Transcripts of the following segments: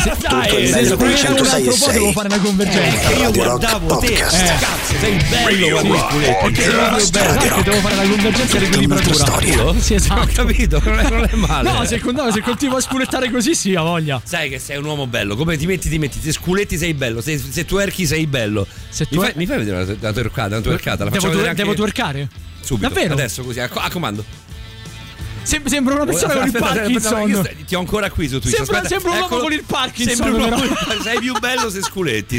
Se scrivevo un altro po' devo fare una convergenza. Io guardavo te, cazzo, sei bello perché devo fare la convergenza di equilibratura. Sì, esatto. Ho capito, non è male. No, se continuo a sculettare così sì, ha voglia. Sai che sei un uomo bello, come ti metti, se sculetti sei bello, se twerchi sei bello. Mi fai vedere una twerkata? La facciamo vedere anche... Devo twerkare? Subito. Davvero? Adesso così, a comando. Sembra una persona con il Parkinson. Io ti ho ancora qui su Twitch. Sembra un uomo con il Parkinson. Sei più bello se sculetti.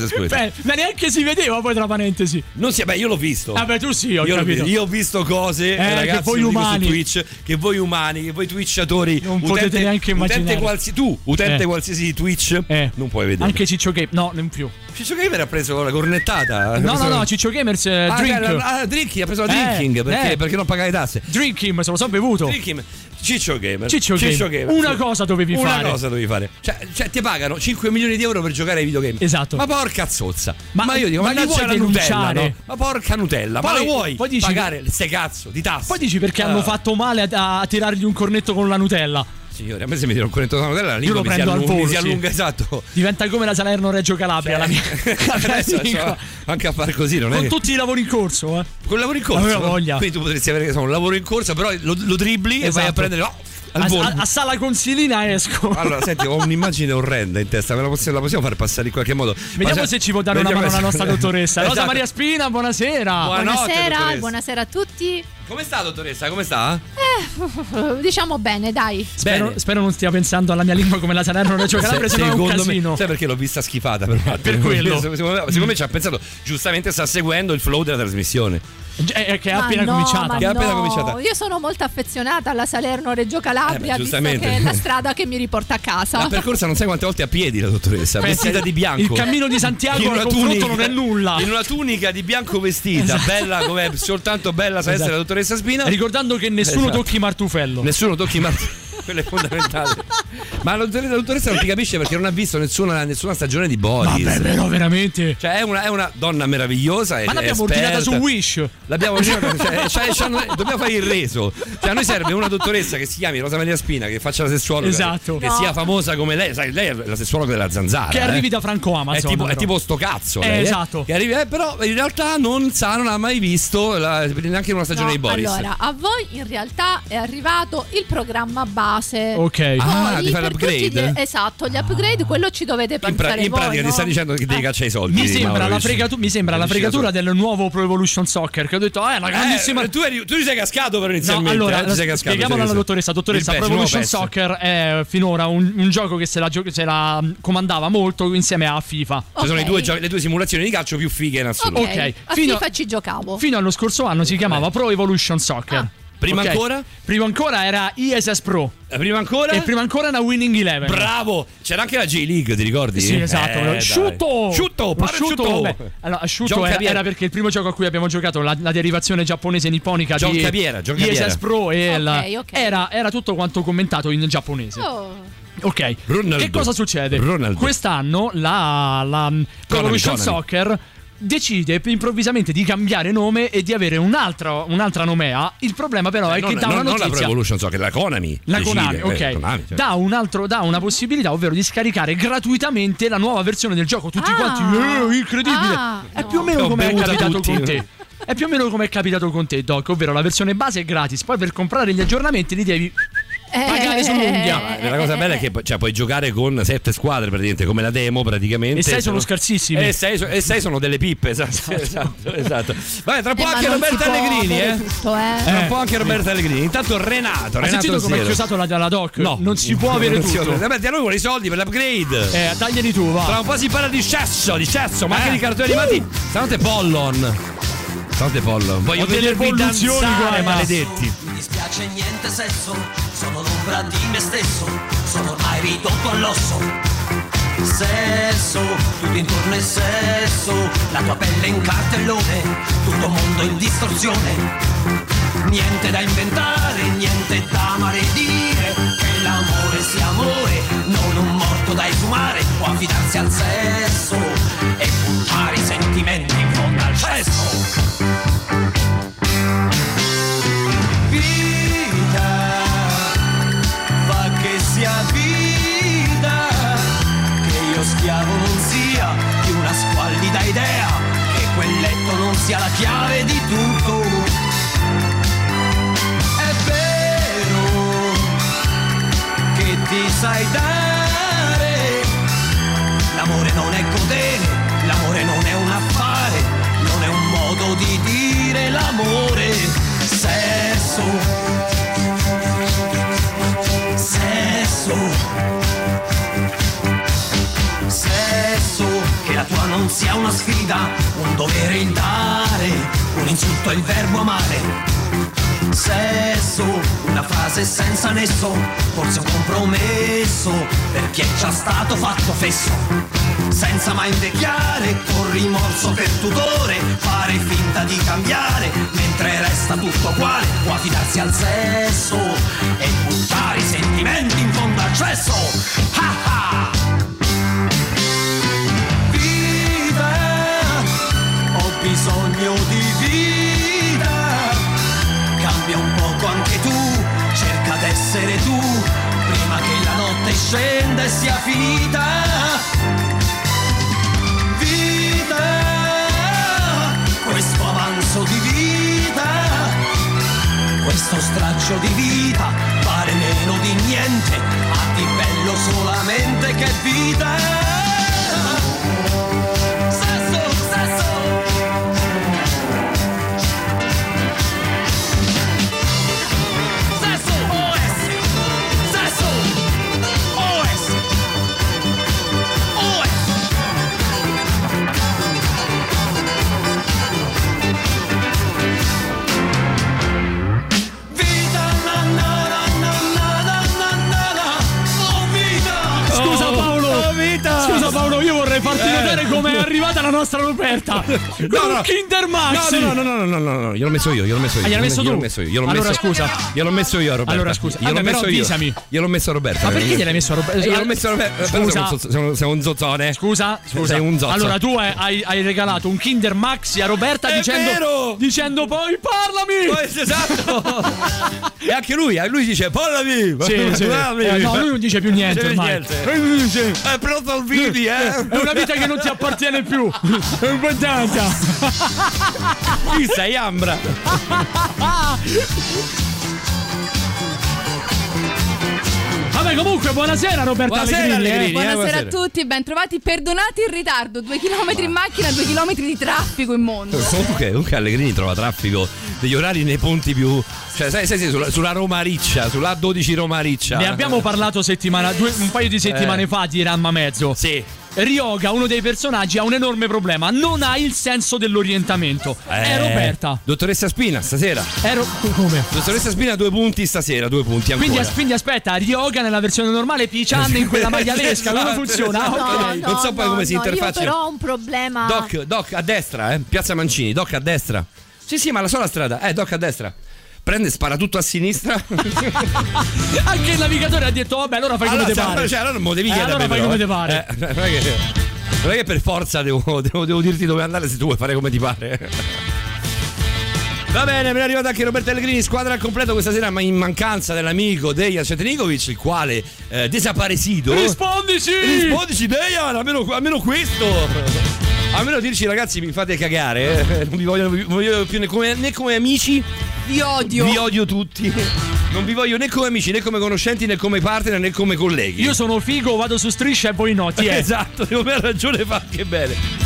Ma neanche si vedeva poi tra parentesi. Non si, io l'ho visto. Vabbè, tu sì, ho capito. Io ho visto cose, ragazzi, che voi umani su Twitch, che voi umani, che voi twitchatori non potete neanche immaginare. Utente qualsiasi di Twitch, non puoi vedere. Anche Ciccio Gamer, no, non più. Ciccio Gamer ha preso la cornettata. No, Ciccio Gamers Drinking, ha preso la drinking perché non pagava le tasse. Drinking, se lo so bevuto. Ciccio Gamer. Una cosa dovevi fare. Cioè ti pagano 5 milioni di euro per giocare ai videogame. Esatto. Ma porca zozza. Ma io dico, ma mannaggia la Nutella, no? Ma porca Nutella. Ma la vuoi pagare ste cazzo di tasse? Poi dici perché hanno fatto male a tirargli un cornetto con la Nutella. Signore, a me se mi tira un cornetto con la Nutella la lingua mi si allunga, esatto. Diventa come la Salerno Reggio Calabria, la mia. Adesso anche a far così, non con è tutti i lavori in corso, Con i lavori in corso. Avevo voglia. Quindi tu potresti avere un lavoro in corso, però lo dribbli e vai a prendere a Sala Consilina esco. Allora, senti, ho un'immagine orrenda in testa, la possiamo far passare in qualche modo? Vediamo se ci può dare una mano la nostra dottoressa. Rosa Maria Spina, buonasera. Buonasera a tutti. Come sta, dottoressa? Come sta? Diciamo bene, dai. Spero non stia pensando alla mia lingua come la Salerno Reggio Calabria, se no è un casino. Sai perché l'ho vista schifata per quello. Secondo me ci ha pensato, giustamente sta seguendo il flow della trasmissione. Che è appena cominciata. Io sono molto affezionata alla Salerno Reggio Calabria, visto che è la strada che mi riporta a casa. La percorsa non sai quante volte a piedi la dottoressa, vestita di bianco. Il cammino di Santiago al confronto non è nulla. In una tunica di bianco vestita, bella come soltanto bella sa essere la dottoressa Spina. Ricordando che nessuno tocchi Martufello. Nessuno tocchi Martufello. Quello è fondamentale. Ma la dottoressa non ti capisce perché non ha visto nessuna stagione di Boris. Vabbè, però veramente. Cioè è una donna meravigliosa. Ma l'abbiamo ordinata su Wish. L'abbiamo dobbiamo fare il reso. Cioè a noi serve una dottoressa che si chiami Rosa Maria Spina, che faccia la sessuologa. Esatto. Che sia famosa come lei. Sai, lei è la sessuologa della Zanzara. Che arrivi da Franco Amazon. È tipo sto cazzo. Lei, esatto. Che arrivi, però in realtà non ha mai visto neanche in una stagione di Boris. Allora, a voi in realtà è arrivato il programma base. Ok. Di fare l'upgrade? Esatto, gli upgrade, quello ci dovete pensare in pratica ti sta dicendo che devi cacciare i soldi. Mi sembra la fregatura del nuovo Pro Evolution Soccer, che ho detto è una grandissima. Tu ti sei cascato per inizialmente. No, allora spieghiamolo alla dottoressa. Dottoressa, Pro Evolution Soccer è finora un gioco che se la comandava molto insieme a FIFA. Okay. Sono le due simulazioni di calcio più fighe in assoluto. Ok. A FIFA ci giocavo. Fino allo scorso anno si chiamava Pro Evolution Soccer. Prima ancora? Prima ancora era ISS Pro. Prima ancora? E prima ancora una Winning Eleven. Bravo! C'era anche la J-League, ti ricordi? Sì, esatto. Asciutto! Allora, Asciutto era perché il primo gioco a cui abbiamo giocato, la derivazione giapponese nipponica di ISS Pro era tutto quanto commentato in giapponese. Ok, Ronaldo. Che cosa succede? Quest'anno la Pro Evolution Soccer decide improvvisamente di cambiare nome e di avere un'altra nomea. Il problema però è che dà una notizia. Non la Pro Evolution Soccer, la Konami. La Konami, ok. Konami, cioè. Dà una possibilità, ovvero di scaricare gratuitamente la nuova versione del gioco. Tutti quanti, incredibile. È più o meno come è capitato con te. È più o meno come è capitato con te, Doc, ovvero la versione base è gratis, poi per comprare gli aggiornamenti li devi pagare sull'unghia. La cosa bella è che puoi giocare con 7 squadre praticamente, come la demo praticamente. E 6 sono scarsissimi. E 6 sono delle pippe, esatto. Vabbè, tra un po' anche Roberta Allegrini, Tra un po' anche Roberta Allegrini. Intanto Renato. Hai sentito come è chiusato la Doc? No, non si può avere tutto. Vabbè, a noi vuole i soldi per l'upgrade. Tagliali tu, va. Tra un po' si parla di cesso, ma anche di cartoni animati. Stanotte Pollon. Voglio vedervi danzare, maledetti. Mi dispiace niente sesso, sono l'ombra di me stesso, sono ormai ridotto all'osso. Sesso, tutto intorno è sesso, la tua pelle in cartellone, tutto mondo in distorsione. Niente da inventare, niente da maledire, che l'amore sia amore, non un morto da esumare, o affidarsi al sesso e buttare i sentimenti in fondo al cesso. Vita, fa che sia vita, sia la chiave di tutto. È vero che ti sai dare, l'amore non è godere, l'amore non è un affare, non è un modo di dire l'amore. Sesso, che la tua non sia una sfida, un dovere il dare, un insulto è il verbo amare. Sesso, una frase senza nesso, forse un compromesso per chi è già stato fatto fesso. Senza mai invecchiare, con rimorso per tutore, fare finta di cambiare mentre resta tutto uguale, o affidarsi al sesso e buttare i sentimenti in fondo al cesso. Ha ha! Viva, ho bisogno di vita, cambia un poco anche tu, cerca d'essere tu, prima che la notte scenda e sia finita. Questo avanzo di vita, questo straccio di vita, pare meno di niente, ha di bello solamente che vita. Scusa Paolo, io vorrei farti vedere come è arrivata la nostra Roberta. No, Kinder Maxi. No, gliel'ho messo io. Gliel'ho messo tu? Allora scusa. Gliel'ho messo io a Roberta. Allora scusa. Gliel'ho messo io. Gliel'ho messo a Roberta. Ma perché gliel'hai messo a Roberta? Gliel'ho messo a Roberta. Scusa. Sei un zozzone. Scusa. Sei un zozzo. Allora tu hai regalato un Kinder Maxi a Roberta dicendo poi parlami. Esatto. E anche lui dice parlami. Sì. No, lui non dice più niente ormai. È pronto al video, È una vita che non ti appartiene più. È un badanta. Chi sei, Ambra? Vabbè, comunque, buonasera Roberta Allegrini. Buonasera a tutti, ben trovati. Perdonate il ritardo, 2 chilometri in macchina, 2 chilometri di traffico immondo. Comunque Allegrini trova traffico degli orari nei ponti più. Cioè, sai sulla Roma Riccia, sulla A12 Roma Riccia. Ne abbiamo parlato un paio di settimane fa di Ramma Mezzo. Sì. Ryoga, uno dei personaggi, ha un enorme problema. Non ha il senso dell'orientamento. È Roberta. Dottoressa Spina, stasera. Come? Dottoressa Spina, 2 punti stasera, 2 punti ancora. Quindi aspetta, Ryoga nella versione normale, Pichan in quella maglialesca. Come funziona? Non so poi come si interfaccia. Io però ho un problema. Doc a destra, Piazza Mancini, Doc a destra. Sì, ma la sola strada. Doc a destra. Prende e spara tutto a sinistra. Anche il navigatore ha detto vabbè, allora fai come te pare. Cioè, allora non me lo devi chiedere. Allora fai come te pare. Non è che per forza devo dirti dove andare se tu vuoi fare come ti pare. Va bene, me ne è arrivato anche Roberto Allegrini, squadra al completo questa sera, ma in mancanza dell'amico Dejan Cetnikovic, il quale desaparecido. Rispondici Dejan, almeno questo. Almeno dirci ragazzi mi fate cagare, non vi voglio più né come amici. Vi odio tutti. Non vi voglio né come amici, né come conoscenti, né come partner, né come colleghi. Io sono figo, vado su Striscia e voi no, Esatto, come ha ragione fa anche bene.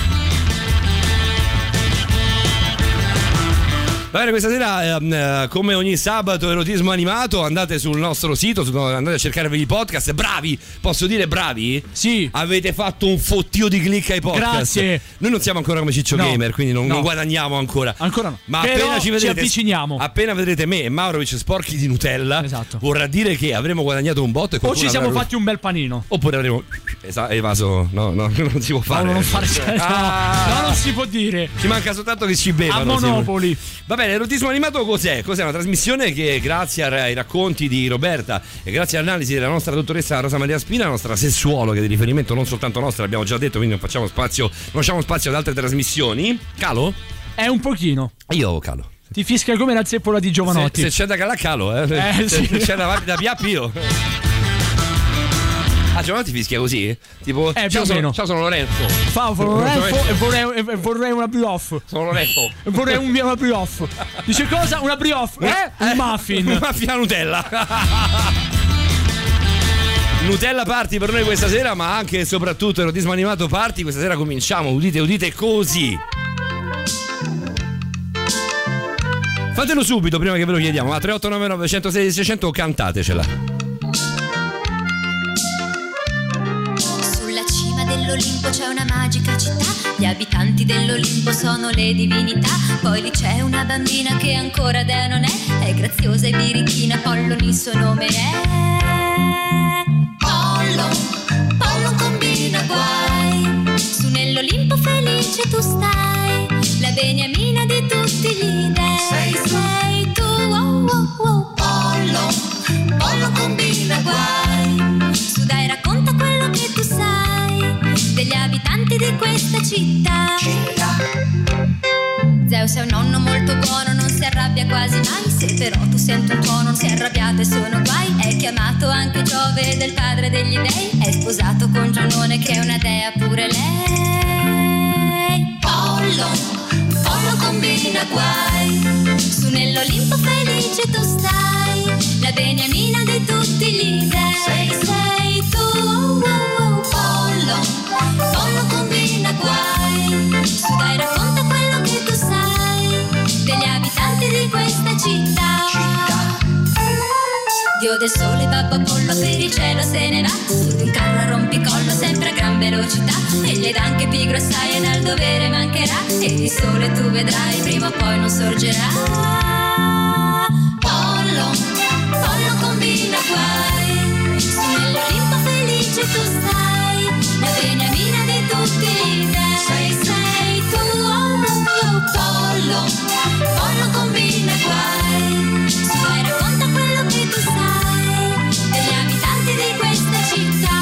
Va bene, questa sera come ogni sabato erotismo animato, andate sul nostro sito, andate a cercarvi i podcast. Bravi, posso dire bravi? Sì. Avete fatto un fottio di click ai podcast. Grazie. Noi non siamo ancora come Ciccio Gamer, quindi non guadagniamo ancora. Ancora no. Ma però appena ci vedrete, avviciniamo. Appena vedrete me e Maurovic sporchi di Nutella, esatto, vorrà dire che avremo guadagnato un botto. O ci siamo fatti un bel panino. Oppure avremo evaso. No, non si può fare. No, non si può dire. Ci manca soltanto che ci bevano. A Monopoli. Va bene, erotismo animato cos'è? Cos'è? Una trasmissione che grazie ai racconti di Roberta e grazie all'analisi della nostra dottoressa Rosa Maria Spina, la nostra sessuologa di riferimento, non soltanto nostra, l'abbiamo già detto, quindi non lasciamo spazio ad altre trasmissioni. Calo? È un pochino. Io calo. Ti fischia come la zeppola di Giovanotti. Se c'è da calà calo, sì. Se c'è da piappi io. Giovanni ti fischia così? Tipo, ciao sono Lorenzo. Ciao sono Lorenzo e vorrei una brioche. Sono Lorenzo. E vorrei una brioche. Dice cosa? Una brioche? Un muffin. Un muffin alla Nutella. Nutella party per noi questa sera, ma anche e soprattutto erotismo animato party. Questa sera cominciamo, udite così. Fatelo subito prima che ve lo chiediamo. 3899 106 600 cantatecela. Sulla cima dell'Olimpo c'è una magica città. Gli abitanti dell'Olimpo sono le divinità. Poi lì c'è una bambina che ancora dea non è. È graziosa e birichina, Pollon il suo nome è. Pollon combina guai. Su nell'Olimpo felice tu stai. La beniamina di tutti gli dei. Sei tu, oh, oh, oh. Pollon combina guai. Su dai racconta quello che tu sai degli abitanti di questa città. Zeus è un nonno molto buono, non si arrabbia quasi mai. Se però tu senti un tuono non si è arrabbiato e sono guai. È chiamato anche Giove del padre degli dei. È sposato con Giunone che è una dea pure lei. Pollon combina guai. Su nell'Olimpo felice tu stai. La beniamina di tutti gli dei. Sei tu, oh, oh, oh. Pollon combina guai. Su dai racconta quello che tu sai degli abitanti di questa città. Dio del sole, babbo Apollo, per il cielo se ne va. Su di un carro a rompicollo, sempre a gran velocità. Egli ed anche pigro assai e dal dovere mancherà. E di sole tu vedrai, prima o poi non sorgerà. Pollon combina guai. Su nell'Olimpo felice tu stai. La beniamina di tutti gli dei. Sei tu, oh, oh, oh. Pollon combina guai. Su dai racconta quello che tu sai degli abitanti di questa città.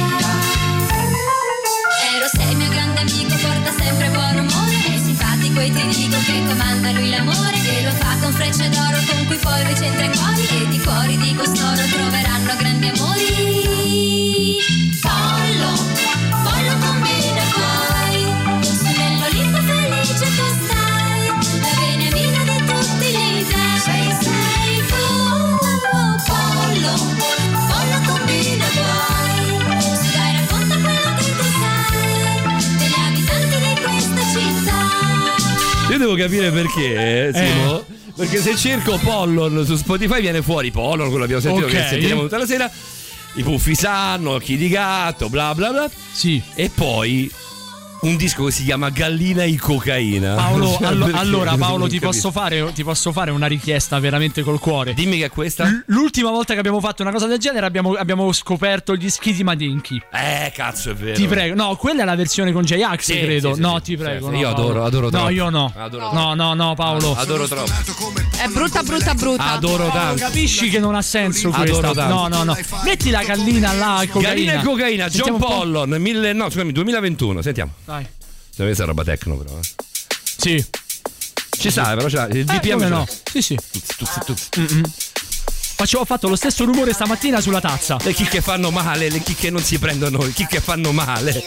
Ero sei mio grande amico, porta sempre buon umore. È simpatico e ti dico che comanda lui l'amore. E lo fa con frecce d'oro con cui poi lui centra i cuori. E di cuori di costoro troveranno grandi amori. Pollon combina guai. Su nell'Olimpo felice tu stai. La beniamina di tutti gli dei. Sei tu, oh, oh, Pollon combina guai. Su dai racconta quello che tu sai degli abitanti di questa città. Io devo capire perché, Simo. Perché se cerco Pollon su Spotify viene fuori Pollon, quello abbiamo sentito, che sentiamo tutta la sera. I Puffi sanno, Occhi di gatto, bla bla bla. Sì. E poi un disco che si chiama Gallina e cocaina. Paolo, allora Paolo ti posso fare una richiesta veramente col cuore. Dimmi che è questa. L'ultima volta che abbiamo fatto una cosa del genere abbiamo scoperto gli Schiti Madinchi. Cazzo, è vero. Ti prego. No, quella è la versione con J-Ax, credo. Sì, no, sì, ti prego. sì, No, io adoro troppo. No, io no. Adoro No, Paolo. Adoro troppo. È brutta. Adoro tanto. Capisci che non ha senso Adoro questa. tanto. No. Metti la gallina là, cocaina. Gallina e cocaina, John Pollon, 2021. Sentiamo. Dai. Questa è roba tecno, però. Sì. Ci sta, però c'è il BPM. No. Sì. Tuzzi. Ho fatto lo stesso rumore stamattina sulla tazza. Le chicche fanno male, le chicche non si prendono, le chicche fanno male.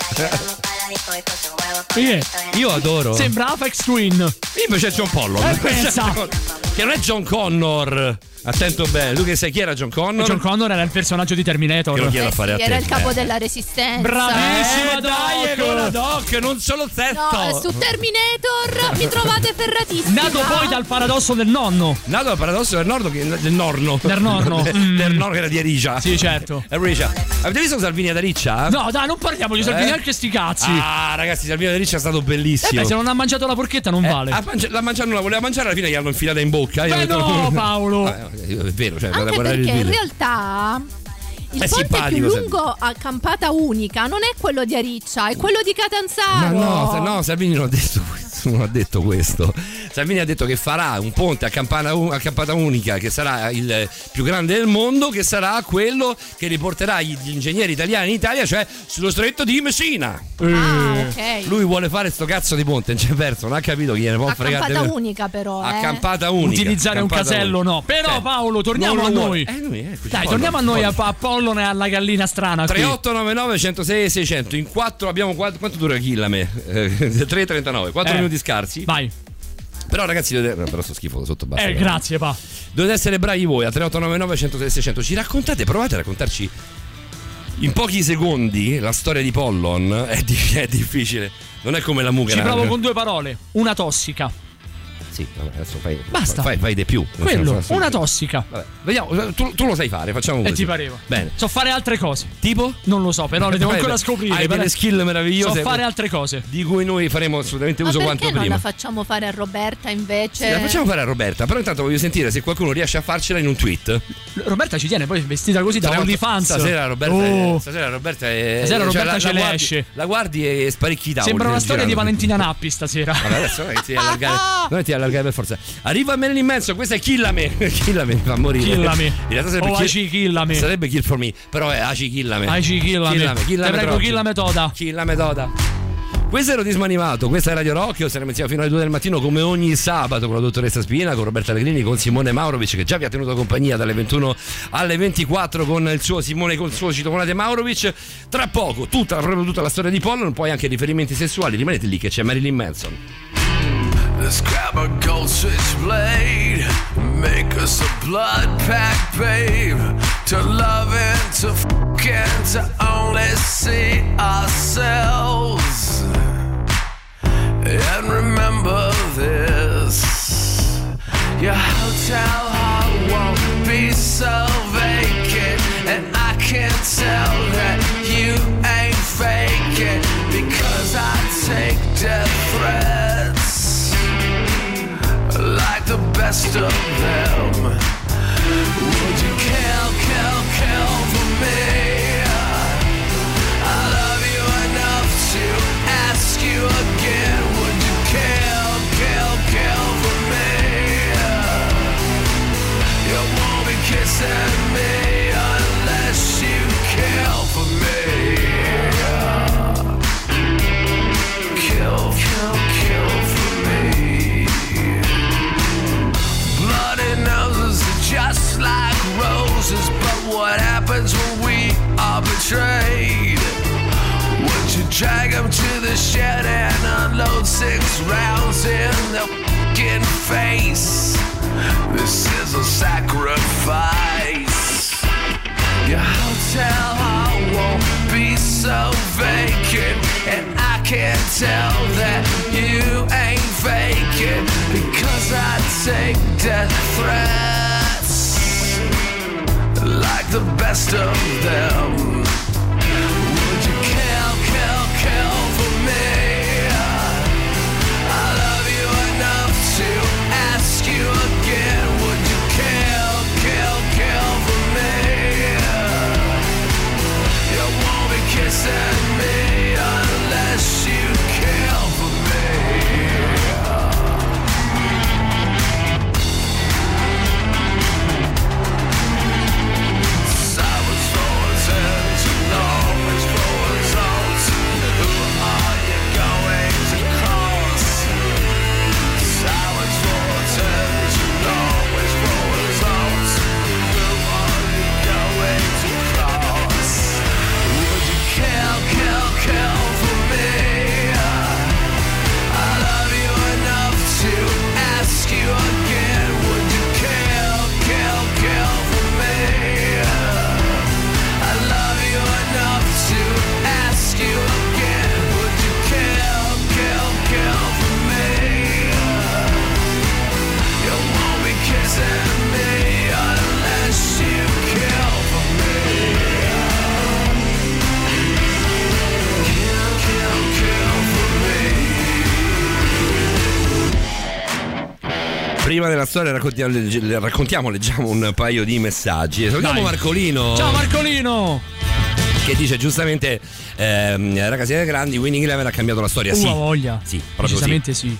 Io adoro. Sembra Apex Twin. Io invece è John Pollon. Pensa. Che non è John Connor. Attento bene, tu che sai chi era John Connor? John Connor era il personaggio di Terminator. Che lo chiedo a fare a te. Era il capo della Resistenza. Bravissima, dai, Doc, non solozetto. No, su Terminator mi trovate ferratissima. Nato poi dal paradosso del nonno. Nato dal paradosso del nonno. Del nonno. Del nonno che era di Aricia. Sì, certo. Aricia. Avete visto Salvini ad Ariccia? No, dai, non parliamo di Salvini, anche sti cazzi. Ah, ragazzi, Salvini ad Ariccia è stato bellissimo. Se non ha mangiato la porchetta non vale. Non la voleva mangiare, alla fine gli hanno infilata in bocca. No, Paolo. È vero, cioè, anche perché in realtà il ponte più lungo a campata unica non è quello di Ariccia, è quello di Catanzaro. Ma no, Salvini non ha detto questo. nessuno ha detto questo. Salvini ha detto che farà un ponte a campata unica che sarà il più grande del mondo, che sarà quello che riporterà gli ingegneri italiani in Italia, cioè sullo stretto di Messina. Ok. Lui vuole fare sto cazzo di ponte, non c'è verso, non ha capito chi gliene può fregare. A campata unica però. A campata unica. Utilizzare un casello no. Però Paolo, torniamo a noi. Dai, torniamo a noi, a Pollone e alla gallina strana. 3899 106 600. In 4 abbiamo quanto dura Chillame? 3:39, 4 minuti scarsi. Vai. Però ragazzi, però sto schifo sotto basta. Grazie pa. Dovete essere bravi voi a 3899 106 600. Ci raccontate, provate a raccontarci in pochi secondi la storia di Pollon. È difficile. Non è come la mucca. Ci provo con 2 parole. Una tossica. Sì, adesso basta. Fai di più. Quello, una tossica. Vabbè, vediamo, tu lo sai fare, facciamo così. Ti pareva. Bene. So fare altre cose. Tipo? Non lo so, però le devo ancora scoprire. Hai delle skill meravigliose. So fare altre cose. Di cui noi faremo assolutamente uso quanto prima. Ma perché non la facciamo fare a Roberta invece? Sì, la facciamo fare a Roberta, però intanto voglio sentire se qualcuno riesce a farcela in un tweet. Roberta ci tiene, poi vestita così da OnlyFans. Stasera Roberta ce le esce. La guardi e sparecchi i tavoli. Sembra una storia di Valentina Nappi stasera. Vabbè, adesso non ti allargare per forza. Arriva Marilyn Manson, questa è Killame. Killame mi fa morire. Killame. In realtà sarebbe Killame. Sarebbe Kill for Me, però è Aci Killame. Te prego, Killame toda. Killame toda. Questo è Erotismo Animato, questa è Radio Rock, saremo insieme fino alle 2 del mattino come ogni sabato con la dottoressa Spina, con Roberta Allegrini, con Simone Maurovic che già vi ha tenuto compagnia dalle 21 alle 24 con il suo Simone, con il suo Citofonate Maurovic. Tra poco tutta la storia di Pollon, poi anche riferimenti sessuali, rimanete lì che c'è Marilyn Manson. Let's grab a gold switchblade, make us a blood pact, babe. To love and to fuck and to only see ourselves. And remember this, your hotel heart won't be so vacant. And I can tell that you ain't faking, because I take death threats like the best of them. Would you kill for me? I love you enough to ask you again. Would you kill for me? You won't be kissing me unless you kill for me. Kill for me. Bloody noses are just like roses, but what happens when we are betrayed? Would you drag them to the shed and unload 6 rounds in their fucking face? This is a sacrifice. Your hotel heart won't be so vacant, and I can't tell that you ain't faking, because I take death threats like the best of them. Would you kill for me? I love you enough to ask you again. Would you kill for me? You won't be kissing me unless you kill for me. Silence for attention, always for results. Who are you going to cross? Silence for attention, always for results. Who are you going to cross? Would you kill for me? I love you enough to ask you again. Would you kill for me? I love you enough to ask you again. Would you kill for me? You won't be kissing me unless you kill for me. Kill for me. Prima della storia leggiamo un paio di messaggi. Salutiamo Marcolino. Ciao Marcolino. che dice giustamente ragazzi dei grandi, Winning Eleven ha cambiato la storia. Sì, voglia. Sì, proprio decisamente sì.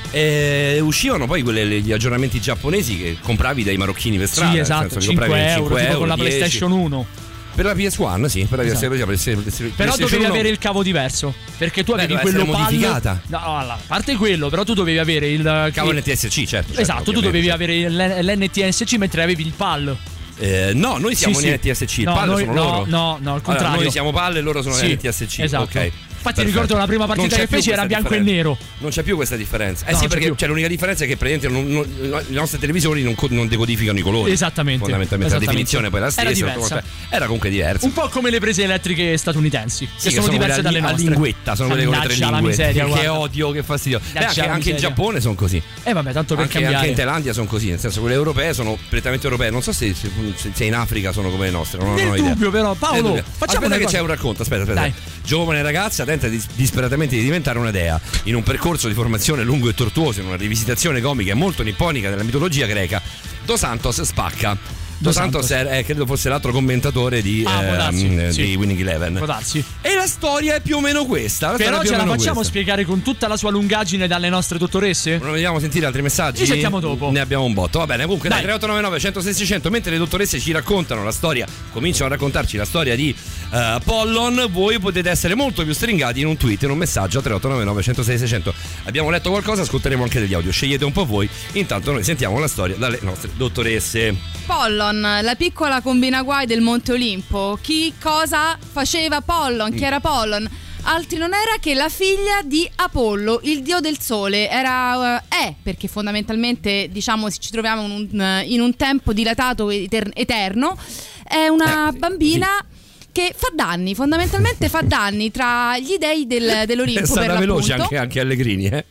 Uscivano poi gli aggiornamenti giapponesi che compravi dai marocchini per strada. Sì, esatto, 5 euro, tipo con la 10. PlayStation 1. Per la PS1, sì, per la esatto. Però dovevi avere il cavo diverso, perché tu avevi quello modificata. No, a parte quello, però tu dovevi avere il cavo NTSC, certo. Esatto, tu dovevi avere l'NTSC mentre avevi il PAL. No, noi siamo in NTSC, il PAL sono loro. No, al contrario. Allora, noi siamo PAL e loro sono NTSC. Esatto. Ok. Infatti ricordo la prima partita che feci era bianco e nero. Non c'è più questa differenza. Sì, perché l'unica differenza è che praticamente le nostre televisioni non decodificano i colori. Esattamente. Fondamentalmente la definizione poi è la stessa. Era comunque diversa. Un po' come le prese elettriche statunitensi, che sono diverse dalle nostre. A linguetta, sono quelle con le 3 lingue. Miseria, che odio, che fastidio. Anche in Giappone sono così. Vabbè, tanto per cambiare. Anche in Thailandia sono così, nel senso quelle europee sono prettamente europee. Non so se in Africa sono come le nostre, non ho idea. Nel dubbio però, Paolo, facciamo che c'è un racconto, aspetta. Dai. Giovane ragazza tenta disperatamente di diventare una dea in un percorso di formazione lungo e tortuoso, in una rivisitazione comica e molto nipponica della mitologia greca. Dos Santos spacca. Dos Santos credo fosse l'altro commentatore di Winning Eleven. Può darsi. E la storia è più o meno questa. Però ce la facciamo spiegare con tutta la sua lungaggine dalle nostre dottoresse? Non vogliamo sentire altri messaggi? Li sentiamo dopo. Ne abbiamo un botto. Va bene, comunque dai, 3899 106 600. Mentre le dottoresse ci raccontano la storia, cominciano a raccontarci la storia di Pollon, voi potete essere molto più stringati in un tweet, in un messaggio a 3899 106 600. Abbiamo letto qualcosa, ascolteremo anche degli audio. Scegliete un po' voi. Intanto noi sentiamo la storia dalle nostre dottoresse. Pollon, la piccola combina guai del Monte Olimpo. Cosa faceva Pollon? Chi era Pollon? Altri non era che la figlia di Apollo, il dio del sole. Perché fondamentalmente, diciamo, ci troviamo in un tempo dilatato eterno. È una bambina che fa danni, fondamentalmente fa danni tra gli dei dell'Olimpo. È stata veloce anche Allegrini,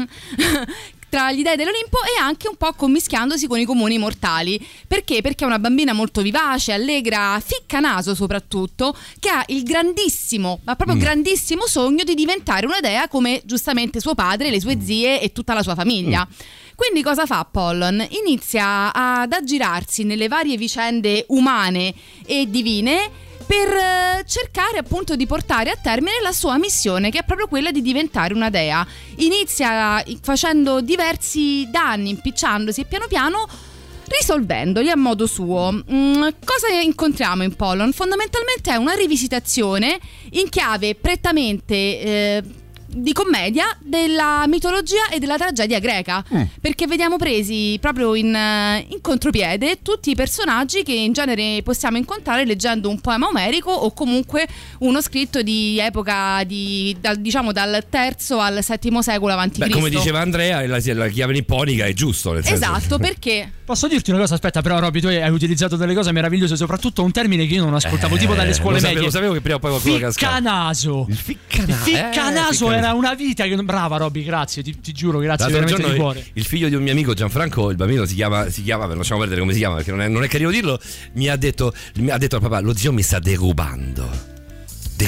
tra gli dei dell'Olimpo e anche un po' commischiandosi con i comuni mortali. Perché? Perché è una bambina molto vivace, allegra, ficcanaso soprattutto, che ha il grandissimo, ma proprio grandissimo sogno di diventare una dea come giustamente suo padre, le sue zie e tutta la sua famiglia. Quindi cosa fa Pollon? Inizia ad aggirarsi nelle varie vicende umane e divine per cercare appunto di portare a termine la sua missione, che è proprio quella di diventare una dea. Inizia facendo diversi danni, impicciandosi e piano piano risolvendoli a modo suo. Cosa incontriamo in Pollon? Fondamentalmente è una rivisitazione in chiave prettamente di commedia della mitologia e della tragedia greca, perché vediamo presi proprio in contropiede tutti i personaggi che in genere possiamo incontrare leggendo un poema omerico o comunque uno scritto di epoca dal III al VII secolo a.C. Come diceva Andrea, la chiave nipponica è giusto, nel senso. Esatto, perché posso dirti una cosa? Aspetta, però Robby, tu hai utilizzato delle cose meravigliose, soprattutto un termine che io non ascoltavo, tipo dalle scuole medie. Lo sapevo che prima o poi qualcuno ficcanaso. Il ficcanaso era una vita che brava Robby, grazie, ti giuro, grazie veramente di cuore. Il figlio di un mio amico Gianfranco, il bambino si chiama, lasciamo perdere come si chiama perché non è carino dirlo, mi ha detto al papà: lo zio mi sta derubando. Gli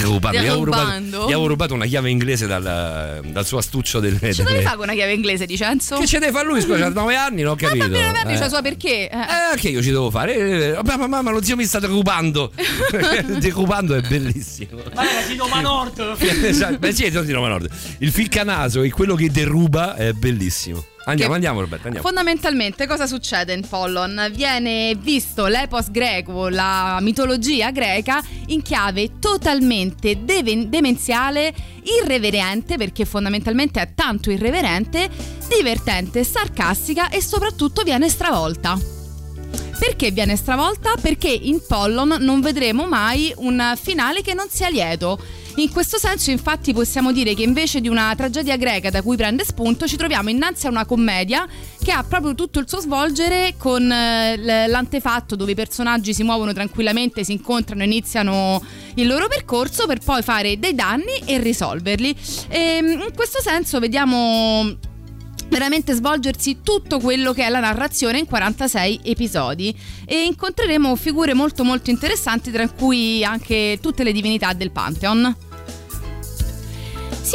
avevo rubato una chiave inglese dal suo astuccio del. Che devi fare con una chiave inglese, Dicenzo? Che ce deve fare lui? Scusa, ha 9 anni, non ho capito. Ma so perché? Che io ci devo fare? Mamma, lo zio mi sta derubando. Derubando è bellissimo. Ma era di Roma Nord. Beh, sì, è di Roma Nord. Il ficcanaso è quello che deruba, è bellissimo. Andiamo Roberto, andiamo. Fondamentalmente cosa succede in Pollon? Viene visto l'epos greco, la mitologia greca, in chiave totalmente demenziale, irreverente, perché fondamentalmente è tanto irreverente, divertente, sarcastica e soprattutto viene stravolta. Perché viene stravolta? Perché in Pollon non vedremo mai un finale che non sia lieto. In questo senso, infatti, possiamo dire che invece di una tragedia greca da cui prende spunto, ci troviamo innanzi a una commedia che ha proprio tutto il suo svolgere con l'antefatto, dove i personaggi si muovono tranquillamente, si incontrano, iniziano il loro percorso per poi fare dei danni e risolverli. E in questo senso vediamo veramente svolgersi tutto quello che è la narrazione in 46 episodi e incontreremo figure molto molto interessanti, tra cui anche tutte le divinità del Pantheon. Si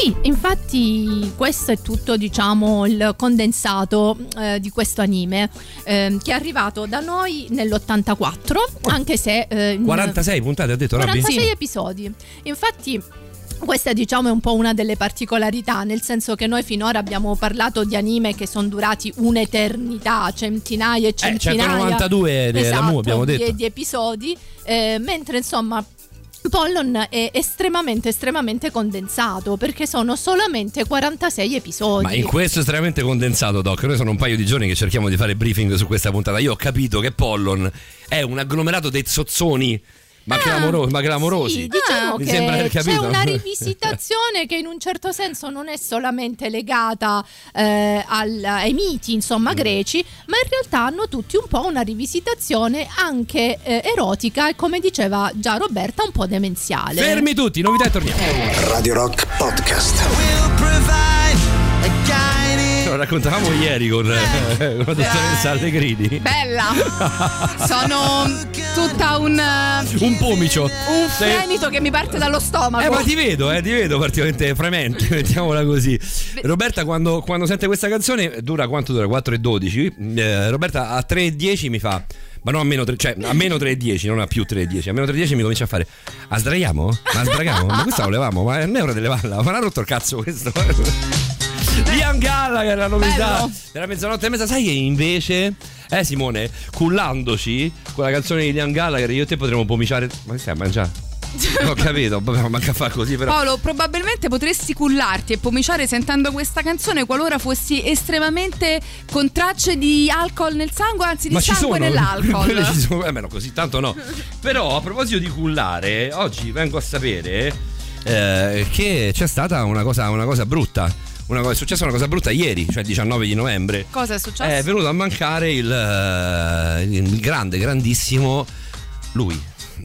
Sì, infatti questo è tutto, diciamo, il condensato di questo anime che è arrivato da noi nell'84, anche se 46 puntate ha detto 46 Robby? episodi. Infatti questa, diciamo, è un po' una delle particolarità, nel senso che noi finora abbiamo parlato di anime che sono durati un'eternità, centinaia e centinaia 192 esatto, abbiamo detto di episodi, mentre insomma Pollon è estremamente condensato, perché sono solamente 46 episodi. Ma in questo estremamente condensato, Doc, noi sono un paio di giorni che cerchiamo di fare briefing su questa puntata. Io ho capito che Pollon è un agglomerato dei zozzoni ma clamorosi. Sì, diciamo mi che sembra di aver c'è capito. una rivisitazione che in un certo senso non è solamente legata ai miti, insomma, greci, ma in realtà hanno tutti un po' una rivisitazione anche erotica e, come diceva già Roberta, un po' demenziale. Fermi tutti, novità e torniamo. Radio Rock Podcast. Lo raccontavamo ieri con la dottoressa Allegrini. Bella. Sono tutta un pomicio, un fremito che mi parte dallo stomaco. Ma ti vedo particolarmente fremente, mettiamola così. Roberta quando sente questa canzone dura quanto dura? 4:12. Roberta a 3:10 mi fa, ma no, a meno 3:10, non a più 3:10. A meno 3:10 mi comincia a fare: ma sdraiamo? Ma questa lo levamo? Ma non è ora di levarla? Ma non ha rotto il cazzo questo? Liam Gallagher, la novità della mezzanotte e mezza. Sai che invece Simone, cullandoci con la canzone di Liam Gallagher, io e te potremmo pomiciare. Ma che stai a mangiare? Ho capito, manca a fare così però. Paolo, probabilmente potresti cullarti e pomiciare sentendo questa canzone qualora fossi estremamente con tracce di alcol nel sangue, anzi di sangue nell'alcol. Ci sono, no, così tanto no. Però a proposito di cullare, oggi vengo a sapere che c'è stata una cosa brutta. È successa una cosa brutta ieri, cioè il 19 di novembre. Cosa è successo? È venuto a mancare il grandissimo lui.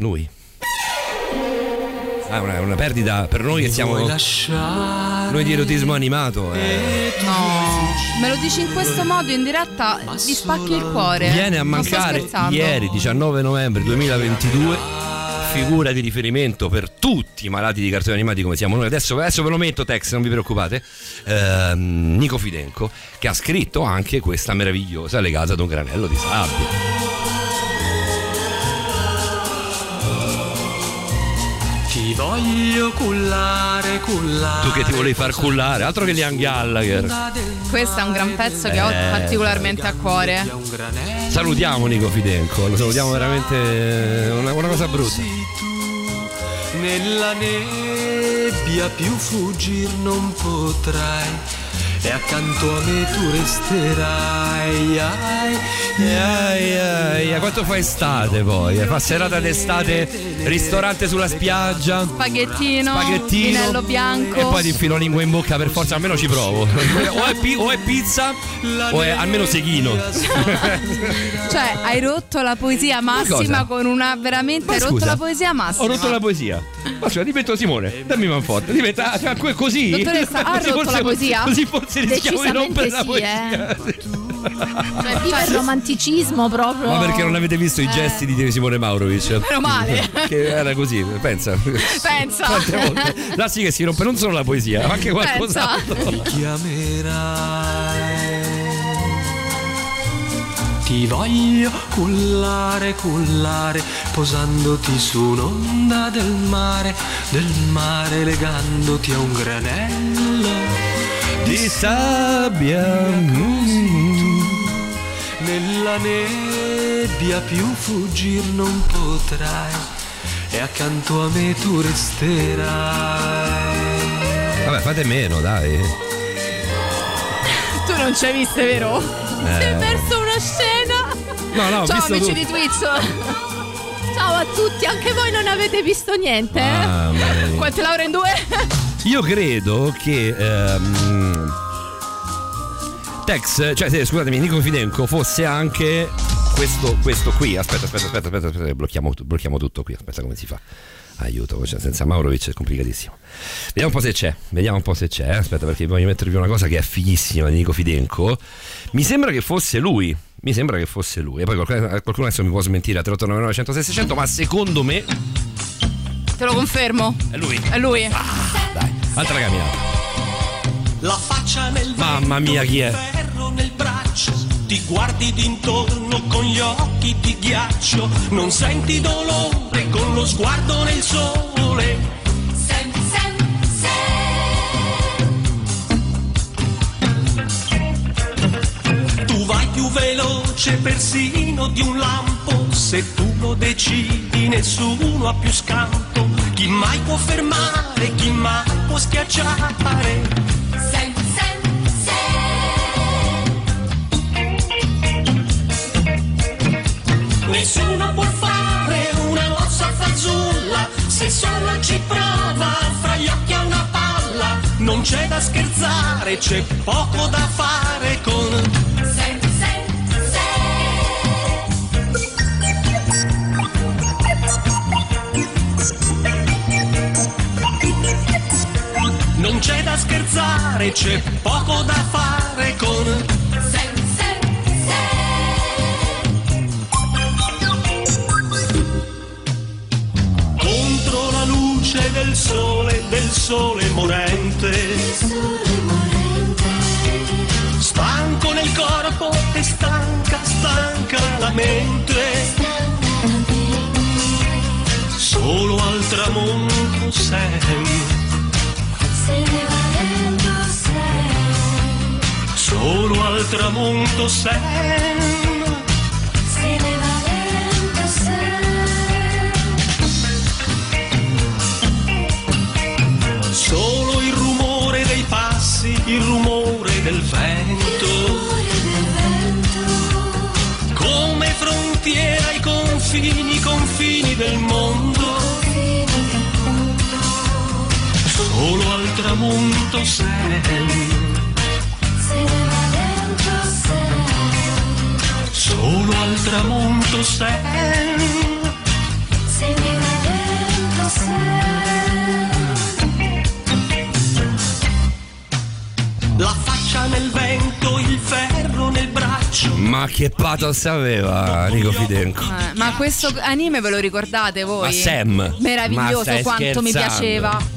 È una perdita per noi che siamo noi di erotismo animato. No, me lo dici in questo modo in diretta, mi spacchi il cuore. Viene a mancare ieri 19 novembre 2022. Figura di riferimento per tutti i malati di cartoni animati come siamo noi. Adesso ve lo metto, Tex, non vi preoccupate. Nico Fidenco, che ha scritto anche questa meravigliosa legata ad un granello di sabbia. Ti voglio cullare. Tu che ti volevi far cullare, altro che Liam Gallagher. Questo è un gran pezzo che ho particolarmente a cuore. Salutiamo Nico Fidenco, lo salutiamo veramente, una cosa brutta. Nella nebbia più fuggir non potrai, e accanto a me tu resterai. Quanto fa estate poi? Fa serata d'estate, ristorante sulla spiaggia, spaghettino, vinello bianco, e poi ti infilo lingua in bocca per forza, almeno ci provo. o è pizza o è almeno seghino. Cioè hai rotto la poesia massima con una veramente hai rotto la poesia massima. Ho rotto la poesia. Ma cioè, divento Simone, dammi manforte. Diventa così. Dottoressa, ha rotto la poesia? Così forse rischiamo di rompere la poesia. Cioè viva il romanticismo proprio. Ma perché non avete visto i gesti di Simone Maurovic? Meno male. Che era così, pensa. Quante volte. Là sì che si rompe non solo la poesia, ma anche qualcos'altro. Ti chiamerai. Ti voglio cullare, posandoti su un'onda del mare, legandoti a un granello di sabbia. Nella nebbia più fuggir non potrai, e accanto a me tu resterai. Vabbè, fate meno, dai. Tu non ci hai viste, vero? Sei perso una scena. No, ciao amici tutto. di Twitch. Ciao a tutti, anche voi non avete visto niente? Quante lauree in 2? Io credo che Tex, cioè scusatemi, Nico Fidenco fosse anche questo qui. Aspetta, blocchiamo tutto qui. Aspetta, come si fa? Aiuto, cioè, senza Maurovic è complicatissimo. Vediamo un po' se c'è. Aspetta, perché voglio mettervi una cosa che è fighissima di Nico Fidenco. Mi sembra che fosse lui. E poi qualcuno adesso mi può smentire a 3899 106 600, ma secondo me te lo confermo. È lui. È lui. Dai, altra camminata. la faccia nel vento, mamma mia, chi è? il ferro nel braccio, ti guardi d'intorno con gli occhi di ghiaccio, non senti dolore con lo sguardo nel sole. Tu vai più veloce persino di un lampo, se tu lo decidi nessuno ha più scampo, chi mai può fermare, chi mai può schiacciare. Nessuno può fare una mossa fazulla, se solo ci prova, fra gli occhi ha una palla, non c'è da scherzare, c'è poco da fare con... Non c'è da scherzare, c'è poco da fare con... Contro la luce del sole morente, stanco nel corpo e stanca la mente, solo al tramonto sei. Solo al tramonto sei. Solo il rumore dei passi, il rumore del vento, come frontiera ai confini del mondo. Solo al tramonto sei. Solo al tramonto sei. La faccia nel vento, il ferro nel braccio. Ma che pathos aveva Nico Fidenco. Ma questo anime ve lo ricordate voi? Ma Sam, meraviglioso, ma quanto mi piaceva.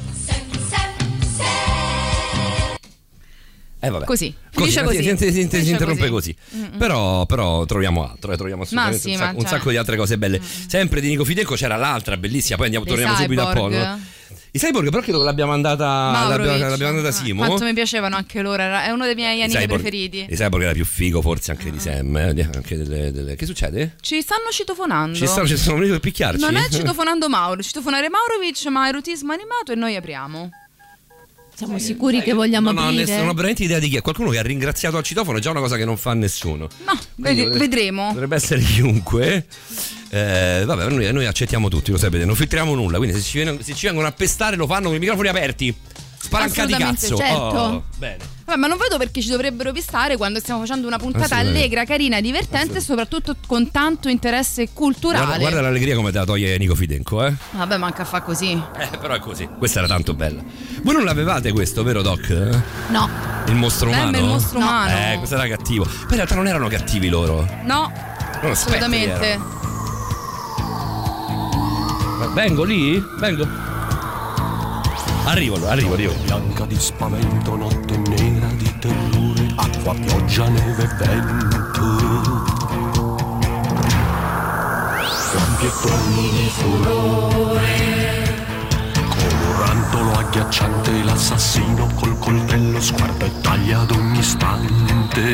Vabbè. Così. Si interrompe così. Però troviamo altro, troviamo assolutamente un sacco di altre cose belle. Sempre di Nico Fidenco c'era l'altra bellissima, poi torniamo subito a Apollo. I Cyborg, però credo che l'abbiamo andata Simo. Quanto mi piacevano anche loro, è uno dei miei anime preferiti. I Cyborg era più figo forse anche di Sam, anche delle... Che succede? Ci stanno citofonando. Ci stanno venendo per picchiarci. Non è citofonando Mauro, citofonare Maurovic, ma erotismo animato e noi apriamo. Siamo sicuri che vogliamo aprire? Non ho veramente idea di chi è. Qualcuno che ha ringraziato al citofono è già una cosa che non fa nessuno. No, vedremo. Dovrebbe essere chiunque. Vabbè, noi accettiamo tutti, lo sapete, non filtriamo nulla. Quindi se ci vengono a pestare lo fanno con i microfoni aperti. Spalancati cazzo. Certo. Bene. Ma non vedo perché ci dovrebbero pistare quando stiamo facendo una puntata allegra, carina, divertente e soprattutto con tanto interesse culturale. Guarda l'allegria come te la toglie Nico Fidenco, eh? Vabbè, manca a fa così. Però è così. Questa era tanto bella. Voi non l'avevate questo, vero Doc? No. Il mostro umano? Il mostro umano. Questo era cattivo. Poi in realtà non erano cattivi loro. No. Non assolutamente. Vengo lì? Vengo. Arrivo. Bianca di spavento, notte nera di terrore, acqua, pioggia, neve e vento. Lampi e tonni di furore, come un rantolo agghiacciante, l'assassino col coltello sguarda e taglia ad ogni istante.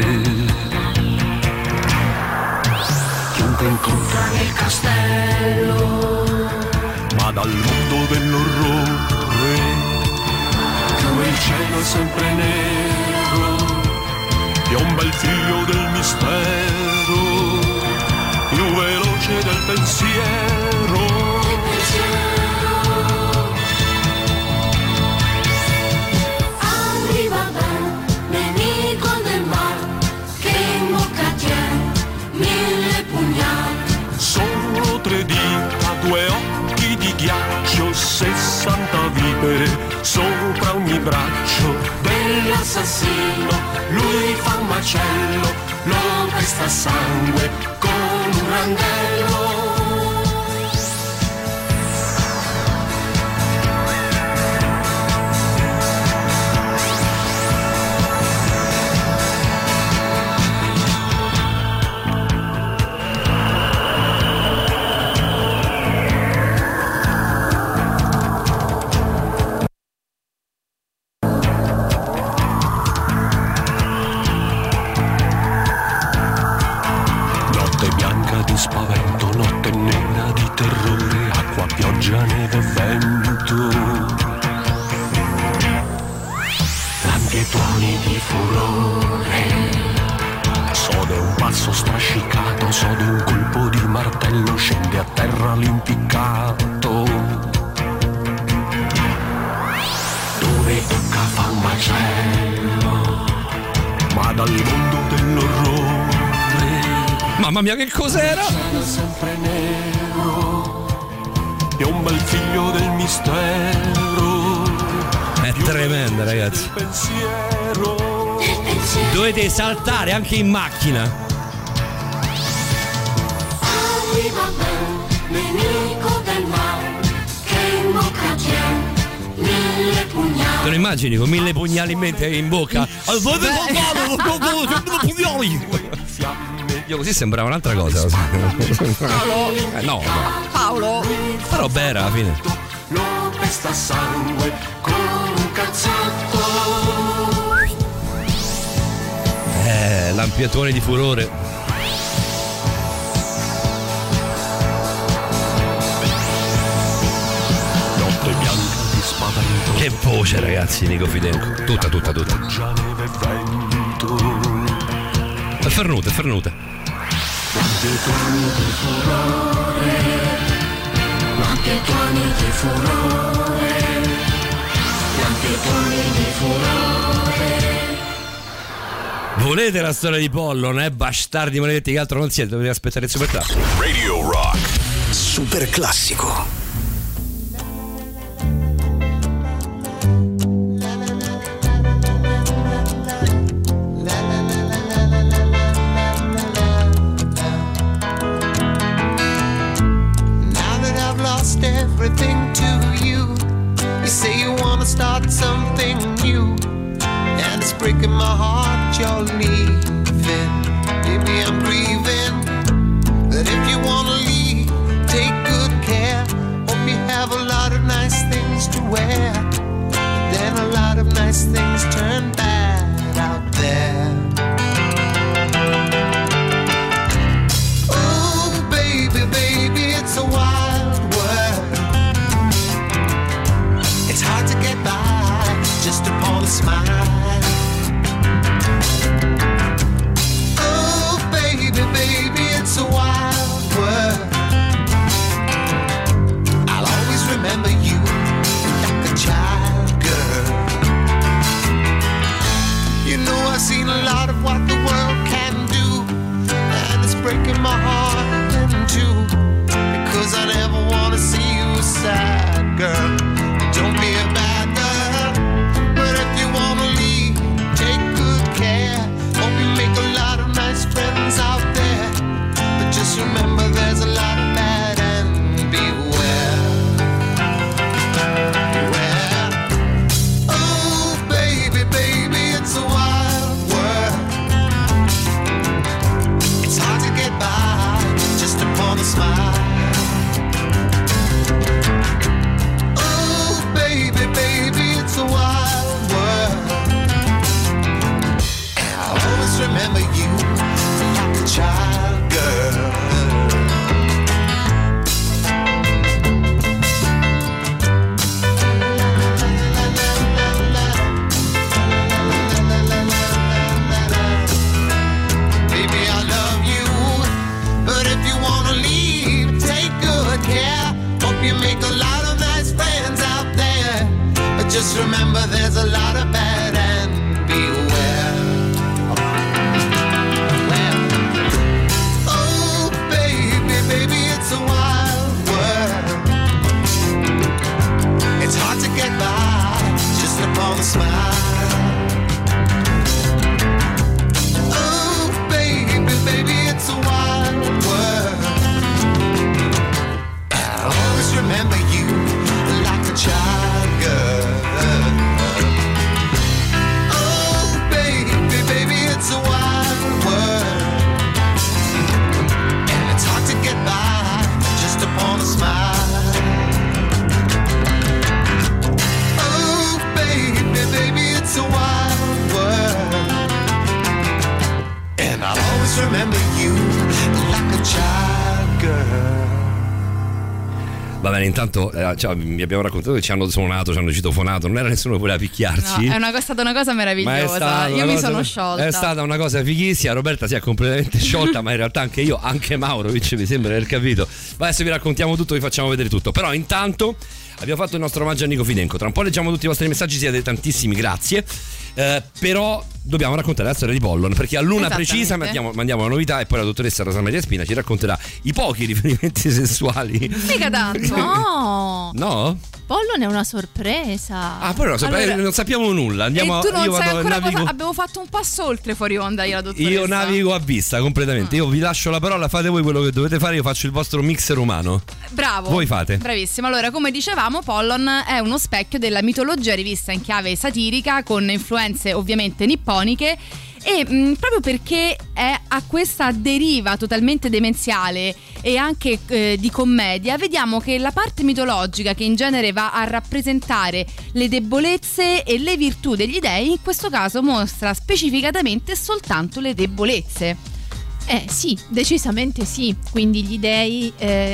Chiunque incontra nel castello, ma dal mondo dell'orrore, dove il cielo è sempre nero, piomba il figlio del mistero, più veloce del pensiero. Arriva nemico del mar, che in bocca tiene 1000 pugnali. Solo 3 dita, 2 occhi di ghiaccio, 60 vipere sopra ogni braccio dell'assassino. Lui fa un macello, lo pesta a sangue con un randello. tuoni di furore. So di un passo strascicato, so di un colpo di martello, scende a terra l'impiccato. Dove tocca fa un macello, ma dal mondo dell'orrore. Mamma mia, che cos'era? Sempre nero, piomba il figlio del mistero. È tremenda, ragazzi. Dovete saltare anche in macchina. Arriva me, nemico del male, che in bocca c'è 1000 pugnali. Te lo immagini con 1000 pugnali in mente in bocca? Io così sembrava un'altra cosa. Paolo. No. Paolo. Però beh, alla fine. Lo pesta sangue con un cazzotto. Lampiatone di furore. Notte bianca di spavento. Che voce, ragazzi, Nico Fidenco. Tutta. Già neve e vento. È fernuta. Notte tuoni di furore. Notte tuoni di furore. Notte tuoni di furore. Volete la storia di Pollo? Non è bastardi maledetti che altro non siete, dovete aspettare il super classico. Radio Rock Super classico. Now that I've lost everything to you, you say you wanna start something new. And it's breaking my heart you're leaving. Baby, I'm grieving. But if you wanna leave, take good care. Hope you have a lot of nice things to wear. Then a lot of nice things turn bad out there. Oh, baby, it's a wild world. It's hard to get by just upon a smile. Baby, it's a wild world. I'll always remember you like a child, girl. You know I've seen a lot of what the world can do, and it's breaking my heart in two, because I never want to see you sad, girl. Don't be a bad girl, but if you want to leave, take good care. Hope you make a lot of nice friends out there, but just remember there's a lot of bad and beware. Oh, baby, it's a wild world. It's hard to get by just upon a smile. Oh, baby, it's a wild world. And I'll always remember you like a child, girl. Baby, I love you, but if you wanna leave, take good care. Hope you make a lot of nice friends out there, but just remember there's a lot of bad and beware. Oh, baby, it's a wild world. It's hard to get by just upon a smile. Oh, baby, it's a wild world. I'll always remember you like a child, girl. Oh, baby, it's a wild world. And it's hard to get by just upon a smile. Oh, baby, it's a wild world. And I'll always remember you like a child, girl. Va bene, intanto vi abbiamo raccontato che ci hanno suonato, ci hanno citofonato, non era nessuno che voleva picchiarci. No, è stata una cosa meravigliosa. Io mi sono sciolta. È stata una cosa fighissima. Roberta si è completamente sciolta, ma in realtà anche io, anche Maurovic, mi sembra di aver capito. Ma adesso vi raccontiamo tutto, vi facciamo vedere tutto. Però intanto abbiamo fatto il nostro omaggio a Nico Fidenco. Tra un po' leggiamo tutti i vostri messaggi, siete tantissimi, grazie. Però dobbiamo raccontare la storia di Pollon, perché a luna precisa mandiamo la novità e poi la dottoressa Rosa Maria Spina ci racconterà i pochi riferimenti sessuali. Mica tanto. No? Pollon è una sorpresa. Ah, poi non sappiamo nulla. Andiamo, e tu non io sai vado, ancora navigo, abbiamo fatto un passo oltre fuori onda io la dottoressa. Io navigo a vista completamente. Io vi lascio la parola, fate voi quello che dovete fare, io faccio il vostro mixer umano. Bravo. Voi fate. Bravissimo. Allora, come dicevamo, Pollon è uno specchio della mitologia rivista in chiave satirica con influenze ovviamente nipponiche. E proprio perché ha questa deriva totalmente demenziale e anche di commedia, vediamo che la parte mitologica, che in genere va a rappresentare le debolezze e le virtù degli dei, in questo caso mostra specificatamente soltanto le debolezze. Sì, decisamente sì. Quindi gli dei,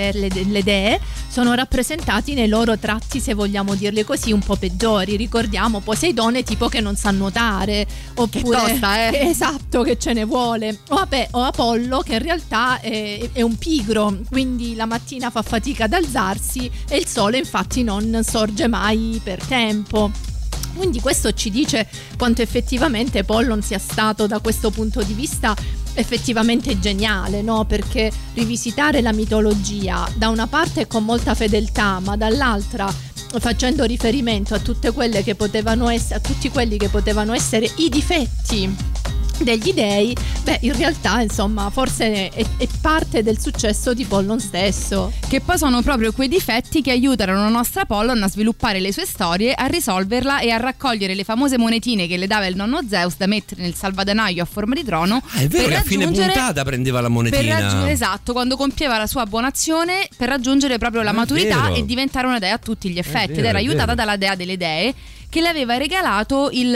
le dee sono rappresentati nei loro tratti, se vogliamo dirli così, un po' peggiori. Ricordiamo Poseidone tipo che non sa nuotare, oppure che tosta, esatto, che ce ne vuole. O Apollo che in realtà è un pigro, quindi la mattina fa fatica ad alzarsi e il sole infatti non sorge mai per tempo. Quindi questo ci dice quanto effettivamente Pollon sia stato da questo punto di vista effettivamente geniale, no? Perché rivisitare la mitologia da una parte con molta fedeltà, ma dall'altra facendo riferimento a tutte quelle che potevano essere, a tutti quelli che potevano essere i difetti degli dei, in realtà insomma forse è parte del successo di Pollon stesso, che poi sono proprio quei difetti che aiutano la nostra Pollon a sviluppare le sue storie, a risolverla e a raccogliere le famose monetine che le dava il nonno Zeus da mettere nel salvadanaio a forma di trono. È vero che a fine puntata prendeva la monetina, esatto, quando compieva la sua buona azione per raggiungere proprio la maturità e diventare una dea a tutti gli effetti, ed era aiutata dalla dea delle dee che le aveva regalato il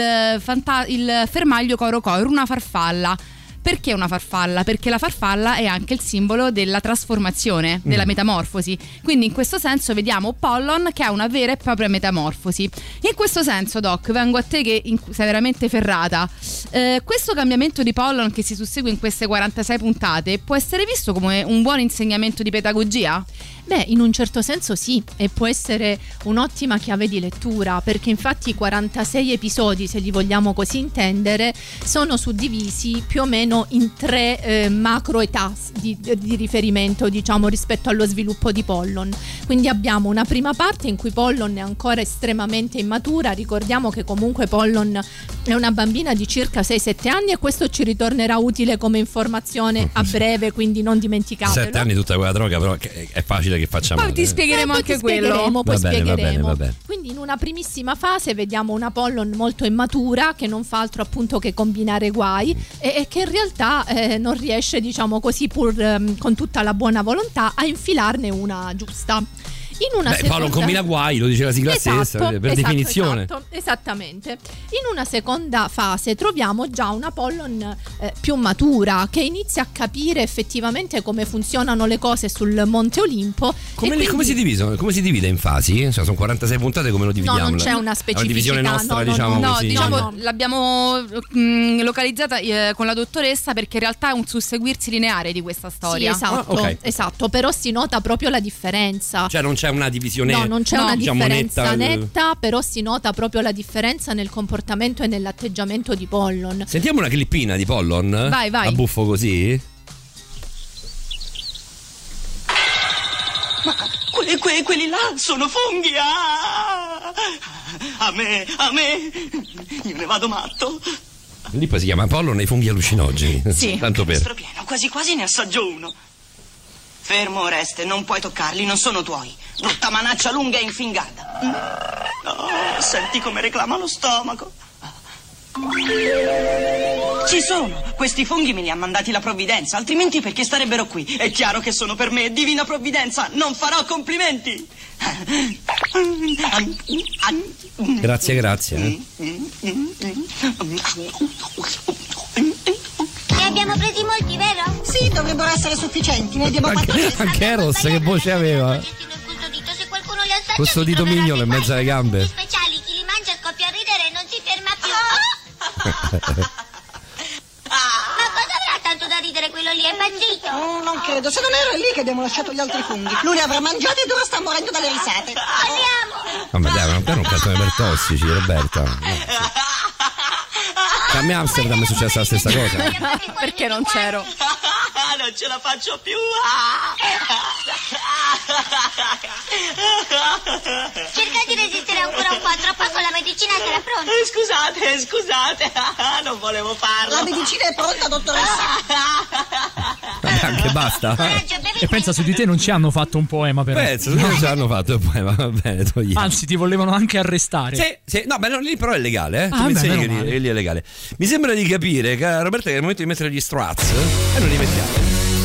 fermaglio Coro Coro, una farfalla. Perché una farfalla? Perché la farfalla è anche il simbolo della trasformazione, della metamorfosi. Quindi in questo senso vediamo Pollon che ha una vera e propria metamorfosi. In questo senso, Doc, vengo a te che sei veramente ferrata. Questo cambiamento di Pollon che si sussegue in queste 46 puntate può essere visto come un buon insegnamento di pedagogia? In un certo senso sì, e può essere un'ottima chiave di lettura, perché infatti i 46 episodi, se li vogliamo così intendere, sono suddivisi più o meno in 3 macro età di riferimento, diciamo, rispetto allo sviluppo di Pollon. Quindi abbiamo una prima parte in cui Pollon è ancora estremamente immatura. Ricordiamo che comunque Pollon è una bambina di circa 6-7 anni e questo ci ritornerà utile come informazione a breve, quindi non dimenticatelo. 7 anni tutta quella droga, però è facile che facciamo. Poi ti spiegheremo anche quello. Va bene. Quindi in una primissima fase vediamo una Pollon molto immatura che non fa altro appunto che combinare guai e che in realtà non riesce, diciamo così, pur con tutta la buona volontà a infilarne una giusta. In una seconda... Paolo combina guai, lo dice la sigla stessa, per definizione. Esattamente. In una seconda fase troviamo già una Pollon più matura, che inizia a capire effettivamente come funzionano le cose sul Monte Olimpo. Come si divide in fasi? Cioè, sono 46 puntate, come lo dividiamo? No, non c'è una specificità. Una divisione nostra, diciamo così. Diciamo, l'abbiamo localizzata con la dottoressa perché in realtà è un susseguirsi lineare di questa storia. Sì, esatto, esatto, però si nota proprio la differenza. Cioè non c'è una divisione, non c'è una differenza netta, però si nota proprio la differenza nel comportamento e nell'atteggiamento di Pollon. Sentiamo una clippina di Pollon? Vai. A buffo così? Ma quelli là sono funghi! A me! Io ne vado matto! Lì poi si chiama Pollon e i funghi allucinogeni. Sì. Tanto per. Pieno, quasi ne assaggio uno. Fermo, Oreste, non puoi toccarli, non sono tuoi. Brutta manaccia lunga e infingata. Oh, senti come reclama lo stomaco. Ci sono, questi funghi me li ha mandati la provvidenza, altrimenti perché starebbero qui? È chiaro che sono per me, divina provvidenza, non farò complimenti. Grazie. Ne abbiamo presi molti, vero? Sì, dovrebbero essere sufficienti, ne abbiamo 4. Anche Eros, che voce aveva? Se Questo dito mignolo in mezzo alle gambe. Speciali, chi li mangia scoppia a ridere e non si ferma più. Ma cosa avrà tanto da ridere quello lì? È impazzito? Non credo, se non ero è lì che abbiamo lasciato gli altri funghi. Lui li avrà mangiati e ora sta morendo dalle risate. Andiamo! Vabbè dai, ma non cazzo per tossici, Roberta. A me a Amsterdam è successa la stessa cosa. Perché non c'ero? Non ce la faccio più. Cerca di resistere ancora un po', tra poco la medicina sarà pronta. Scusate, non volevo farlo. La medicina è pronta, dottoressa. Anche basta. E pensa, su di te non ci hanno fatto un poema, però. Pensa, su di te ci hanno fatto un poema, va bene, togliamo. Anzi, ti volevano anche arrestare. Sì, no, beh, lì però è legale, eh. Tu Ah, mi beh, insegni meno che male. lì è legale. Mi sembra di capire, cara Roberta, che è il momento di mettere gli Strats e non li mettiamo.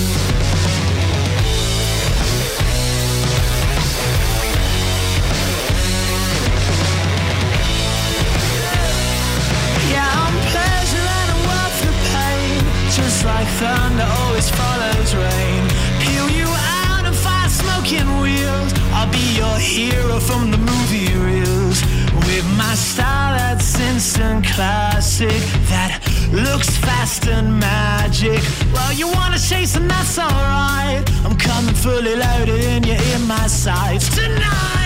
Just like thunder always follows rain. Peel you out and fire smoking wheels. I'll be your hero from the movie reels. With my style that's instant classic, that looks fast and magic. Well, you wanna chase and that's alright. I'm coming fully loaded and you're in my sights tonight.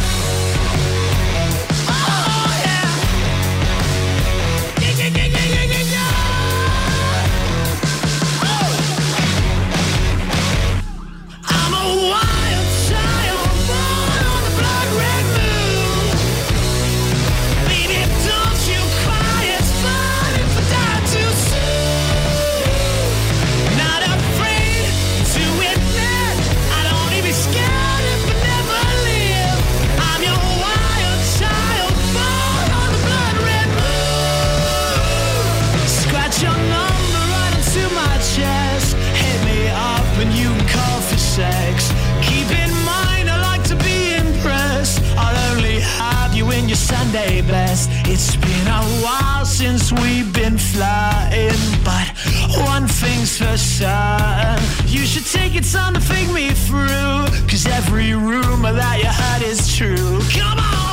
Keep in mind, I like to be impressed. I'll only have you in your Sunday best. It's been a while since we've been flying, but one thing's for certain, you should take your time to think me through, 'cause every rumor that you heard is true. Come on!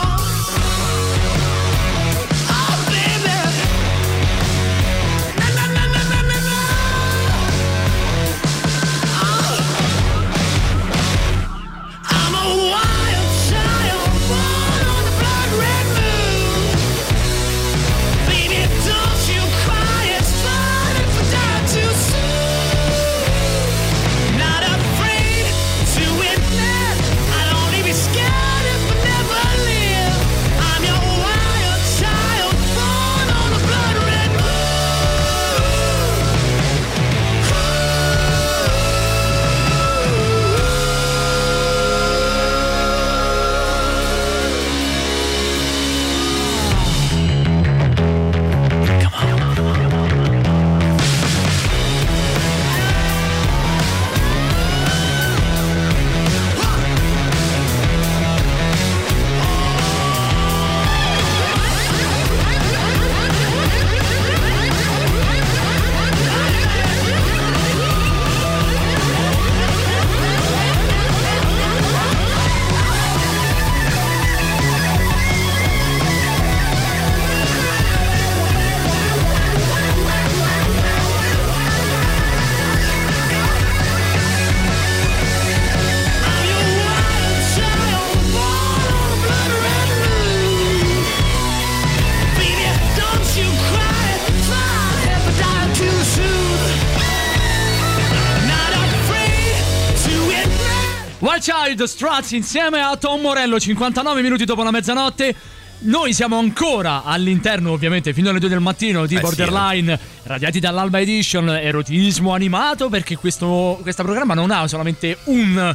Wild Child, Struts insieme a Tom Morello, 59 minuti dopo la mezzanotte. Noi siamo ancora all'interno, ovviamente, fino alle 2 del mattino di Borderline, radiati dall'Alba Edition, erotismo animato, perché questo programma non ha solamente un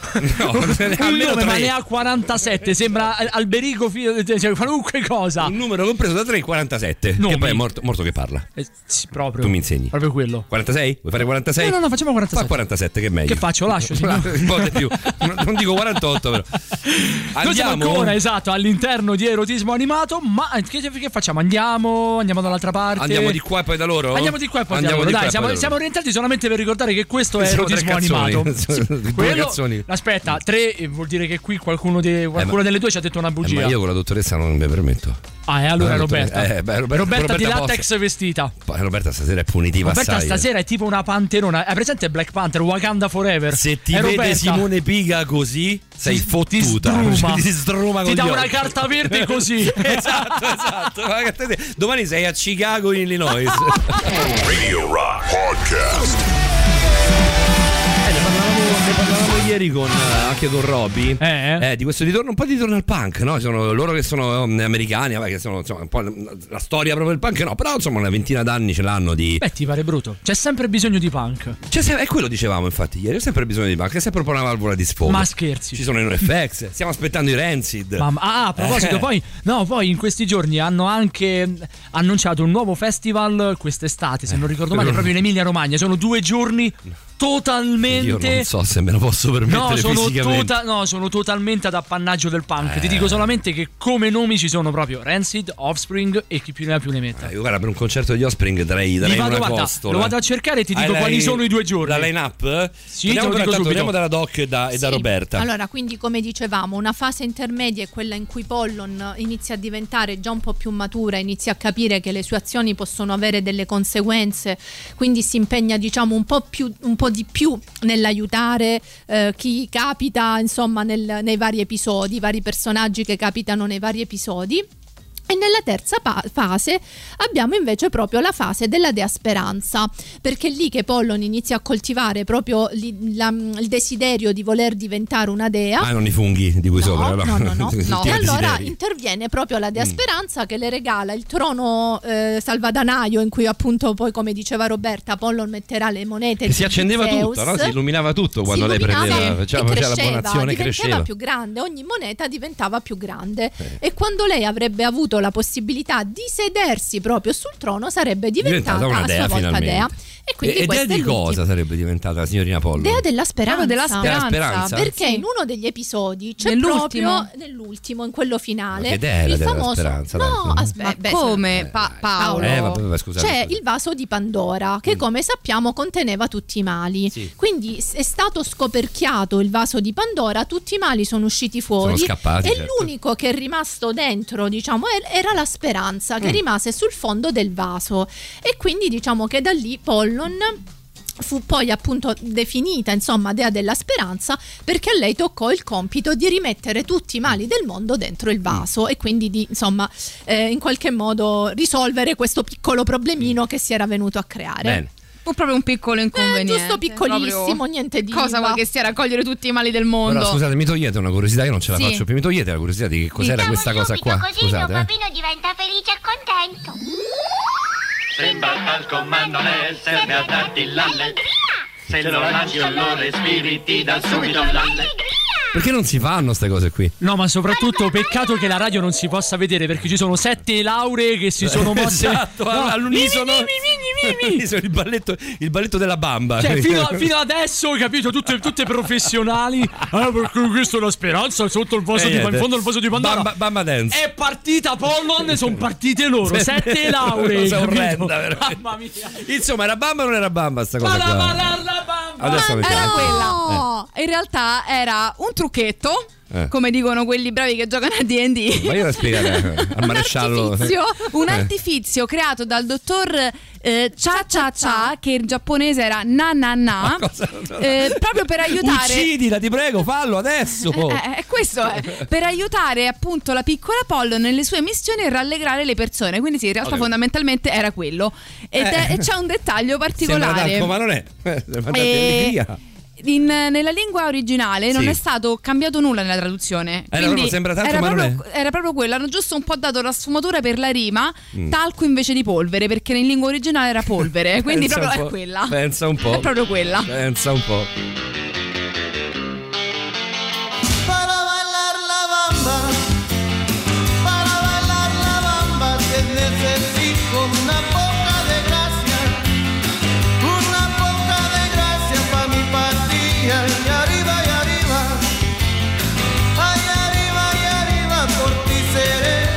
nome, ma ne ha 47. Sembra Alberico, cioè qualunque cosa. Un numero compreso da 3 e 47. Che poi è morto che parla. Sì, proprio. Tu mi insegni. Proprio quello. 46? Vuoi fare 46? No, facciamo 47. Fa 47 che è meglio. Che faccio? Lascio, un po' di più. Non dico 48, però. Noi siamo ancora, esatto, all'interno di erotismo animato. Ma che facciamo? Andiamo dall'altra parte. Andiamo di qua e poi da loro? Andiamo di qua e poi da loro. Dai, siamo orientati solamente per ricordare che questo è erotismo animato. Due canzoni. Aspetta, 3 vuol dire che qui qualcuno delle due ci ha detto una bugia. Ma io con la dottoressa non mi permetto. Allora Roberta. Roberta di latex posso... vestita. Roberta stasera è punitiva. Roberta assai, stasera è tipo una panterona. Hai presente Black Panther, Wakanda Forever? Se ti vede Roberta. Simone Piga così, sei fottuta. Ti struma ti dà una carta verde così. esatto. Domani sei a Chicago in Illinois. Radio Rock Podcast. Ne parlavamo ieri anche con Robby di questo ritorno, un po' di ritorno al punk, no? Sono loro che sono americani, che sono insomma un po' la storia proprio del punk, no? Però insomma una ventina d'anni ce l'hanno di. Ti pare brutto? C'è sempre bisogno di punk. È quello dicevamo infatti ieri, c'è sempre bisogno di punk, è sempre un po' una valvola di sfogo. Ma scherzi. Ci sono i NoFX, stiamo aspettando i Rancid. A proposito, poi in questi giorni hanno anche annunciato un nuovo festival quest'estate, se non ricordo male, proprio in Emilia Romagna. Sono 2 giorni totalmente. Io non so se me lo posso permettere fisicamente. Sono totalmente ad appannaggio del punk. Ti dico solamente che come nomi ci sono proprio Rancid, Offspring e chi più ne ha più ne metta. Io guarda, per un concerto di Offspring darei una costola. Lo vado a cercare e ti dico quali sono i 2 giorni. La line-up? Sì, torniamo dalla Doc e da Roberta. Allora, quindi come dicevamo, una fase intermedia è quella in cui Pollon inizia a diventare già un po' più matura, inizia a capire che le sue azioni possono avere delle conseguenze, quindi si impegna diciamo un po' di più nell'aiutare chi capita insomma nei vari episodi, i vari personaggi che capitano nei vari episodi. E nella terza fase abbiamo invece proprio la fase della dea speranza, perché è lì che Pollon inizia a coltivare proprio il desiderio di voler diventare una dea. Non i funghi di cui sopra, no. E allora interviene proprio la dea speranza che le regala il trono salvadanaio, in cui appunto poi, come diceva Roberta, Pollon metterà le monete. Che si accendeva tutto, no? Si illuminava tutto quando lei prendeva, faceva l'abbonazione, cresceva più grande, ogni moneta diventava più grande e quando lei avrebbe avuto la possibilità di sedersi proprio sul trono sarebbe diventata una dea, a sua volta dea. E dea di cosa sarebbe diventata la signorina Pollon? Dea della speranza. Perché sì. in uno degli episodi c'è proprio nell'ultimo, in quello finale, che dea il della famoso speranza, no, aspetta, come Paolo? Vabbè, scusate, c'è il vaso di Pandora che come sappiamo conteneva tutti i mali. Sì. Quindi è stato scoperchiato il vaso di Pandora, tutti i mali sono usciti fuori, sono scappati, e l'unico che è rimasto dentro, diciamo, era la speranza che rimase sul fondo del vaso. E quindi diciamo che da lì Pollon fu poi appunto definita insomma dea della speranza, perché a lei toccò il compito di rimettere tutti i mali del mondo dentro il vaso e quindi di insomma in qualche modo risolvere questo piccolo problemino che si era venuto a creare. Bene. Proprio un piccolo inconveniente, giusto piccolissimo, niente di cosa vuoi che sia, raccogliere tutti i mali del mondo. Però scusate, mi togliete una curiosità, io non ce la faccio più, mi togliete la curiosità di che cos'era questa cosa qua. Così scusate, il bambino diventa felice e contento. Sembra al comando nel serve a darti l'alle. Se lo lanci o lo respiri ti dà subito l'alle. Perché non si fanno ste cose qui? No, ma soprattutto peccato che la radio non si possa vedere, perché ci sono 7 lauree che si sono mosse all'unisono. Il balletto della bamba. Cioè, fino adesso, capito, tutte professionali. Perché questa è la speranza sotto il vaso in fondo al vaso di Pandora. Bamba dance. È partita Pollon e sono partite loro. 7 lauree. Cosa orrenda, veramente. Mamma mia. Insomma, era bamba o non era bamba sta cosa qua? Adesso era quella. In realtà era un trucchetto. Come dicono quelli bravi che giocano a D&D. Ma io la spiegare al maresciallo. Un artifizio creato dal dottor Cha, che in giapponese era na, proprio per aiutare. Uccidila, ti prego, fallo adesso. Questo è per aiutare appunto la piccola Pollon nelle sue missioni e rallegrare le persone. Quindi sì, in realtà fondamentalmente era quello. E c'è un dettaglio particolare. Ma non è allegria. Nella lingua originale non è stato cambiato nulla nella traduzione. Era proprio quello. Hanno giusto un po' dato la sfumatura per la rima, talco invece di polvere, perché in lingua originale era polvere. Quindi proprio è quella. Pensa un po'. È proprio quella. Pensa un po'. Para bailar la bamba te necesito una poca de gracia pa' mi patria. Y arriba, y arriba, por ti seré.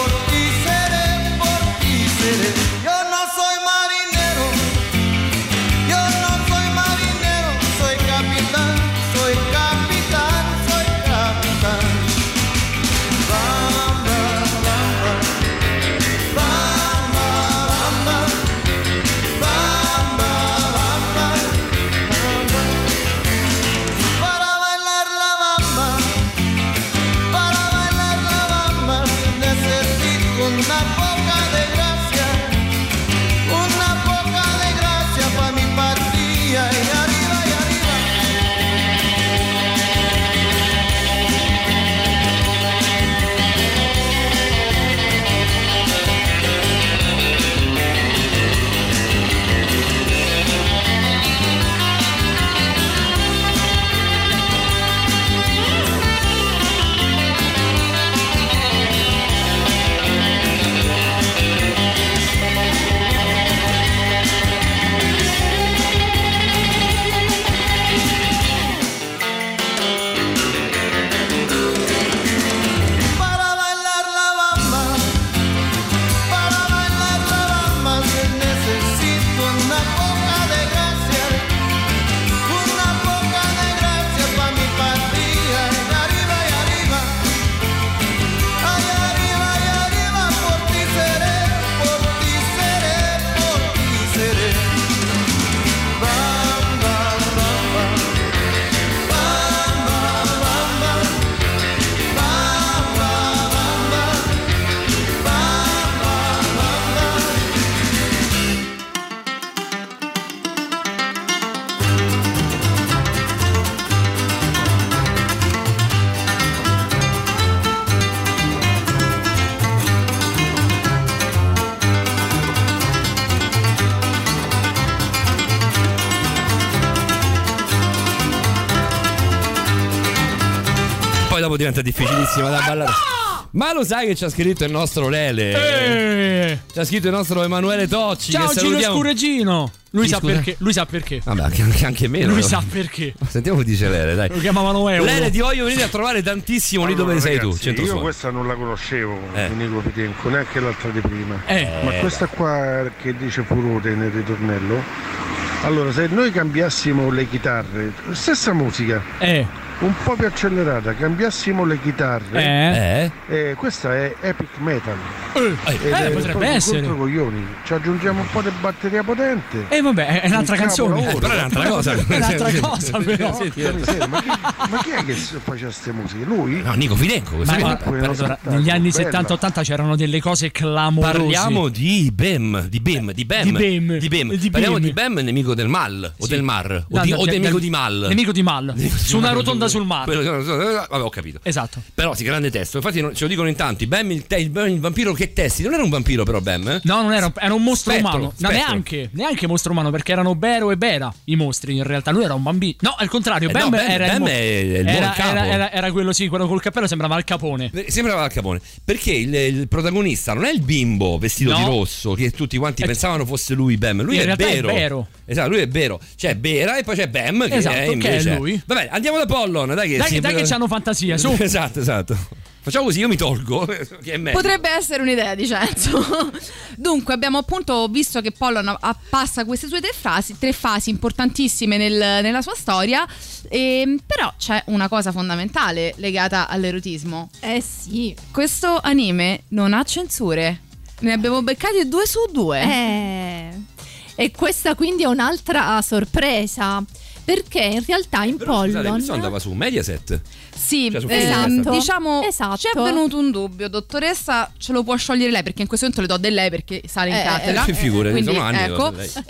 Yo no soy marinero, soy capitán poi dopo diventa difficilissima da ballare. Ma lo sai che c'ha scritto il nostro Lele? C'ha scritto il nostro Emanuele Tocci. Ciao che Gino Scureggino. Lui sa scusa? perché. Lui sa perché. Vabbè, anche meno. Lui sa perché. Sentiamo che dice Lele, dai. Lo chiamavano Euro. Lele, ti voglio venire a trovare tantissimo lì dove sei tu. Ragazzi, io Centro questa non la conoscevo, Nico Pitenco, neanche l'altra di prima. Ma questa qua che dice Furore nel ritornello. Allora, se noi cambiassimo le chitarre, stessa musica. Un po' più accelerata, cambiassimo le chitarre. Questa è epic metal. Potrebbe essere. Coglioni. Ci aggiungiamo un po' di batteria potente. Vabbè, è un'altra canzone. Però è un'altra cosa. È un'altra cosa, però. Ma chi è che faceva queste musiche? Lui? No, Nico Fidenco. Allora, negli anni 70-80 c'erano delle cose clamorose. Parliamo di Bem. Parliamo di Bem, nemico del mal. O del mar. O nemico di mal. Nemico di mal. Su una rotonda sul mare. Vabbè, ho capito. Esatto. Però sì, grande testo. Infatti ce lo dicono in tanti. Bem, il vampiro che testi. Non era un vampiro però Bem? No, non era un mostro umano. Spettro. Neanche mostro umano, perché erano Bero e Bera i mostri in realtà. Lui era un bambino. No, al contrario, Bem era il buon capo. Era quello quello col cappello sembrava Al Capone. Sembrava Al Capone. Perché il protagonista non è il bimbo vestito di rosso che tutti quanti pensavano fosse lui Bem. Lui è Bero. Esatto, lui è Bero. C'è Bera e poi c'è Bem che è invece che è lui. Vabbè, andiamo da Pollon. Dai che c'hanno fantasia, su. Esatto. Facciamo così, io mi tolgo. Che è meglio. Potrebbe essere un'idea, Vincenzo. Dunque, abbiamo appunto visto che Pollon passa queste sue tre fasi importantissime nella sua storia. Però c'è una cosa fondamentale legata all'erotismo. Sì. Questo anime non ha censure. Ne abbiamo beccati 2 su 2. E questa quindi è un'altra sorpresa. Perché in realtà in Pollon questo andava su Mediaset. Sì, esatto. Diciamo ci è venuto un dubbio, dottoressa, ce lo può sciogliere lei, perché in questo momento le do del lei perché sale in cattedra. Figurati, quindi, sono anni. Ecco,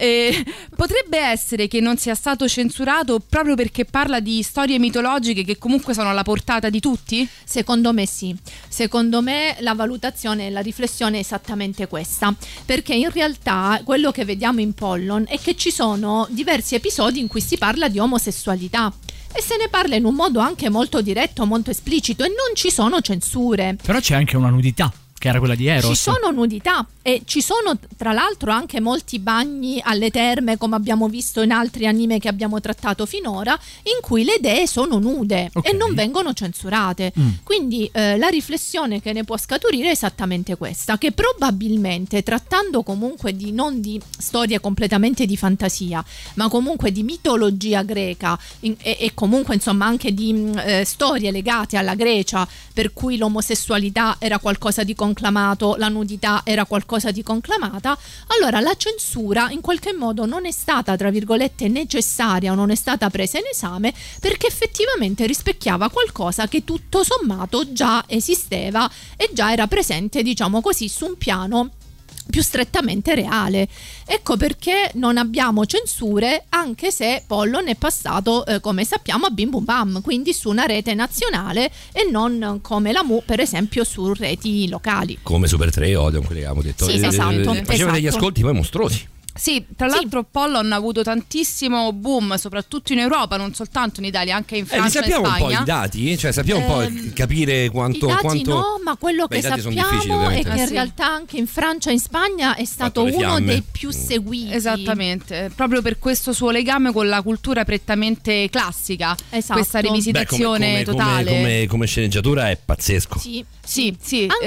potrebbe essere che non sia stato censurato proprio perché parla di storie mitologiche che comunque sono alla portata di tutti? Secondo me sì. Secondo me la valutazione e la riflessione è esattamente questa, perché in realtà quello che vediamo in Pollon è che ci sono diversi episodi in cui si parla di omosessualità e se ne parla in un modo anche molto diretto, molto esplicito, e non ci sono censure. Però c'è anche una nudità, che era quella di Eros. Ci sono nudità e ci sono tra l'altro anche molti bagni alle terme, come abbiamo visto in altri anime che abbiamo trattato finora, in cui le dee sono nude e non vengono censurate. Quindi la riflessione che ne può scaturire è esattamente questa, che probabilmente, trattando comunque non di storie completamente di fantasia, ma comunque di mitologia greca e comunque insomma anche di storie legate alla Grecia, per cui l'omosessualità era qualcosa di conclamato, la nudità era qualcosa di conclamata, allora la censura in qualche modo non è stata, tra virgolette, necessaria o non è stata presa in esame, perché effettivamente rispecchiava qualcosa che tutto sommato già esisteva e già era presente, diciamo così, su un piano più strettamente reale. Ecco perché non abbiamo censure, anche se Pollon è passato come sappiamo a Bim Bum Bam, quindi su una rete nazionale e non come la Mu per esempio su reti locali come Super 3 o quelli che avevamo detto. Sì, esatto. Faceva degli ascolti poi mostruosi. Sì, tra l'altro Pollon ha avuto tantissimo boom, soprattutto in Europa, non soltanto in Italia, anche in Francia e in Spagna. Sappiamo un po' i dati? Cioè sappiamo un po' capire quanto... I dati no, ma quello che sappiamo è che in realtà anche in Francia e in Spagna è stato uno dei più seguiti. Esattamente, proprio per questo suo legame con la cultura prettamente classica. Esatto. Questa rivisitazione totale. Come sceneggiatura è pazzesco. Sì.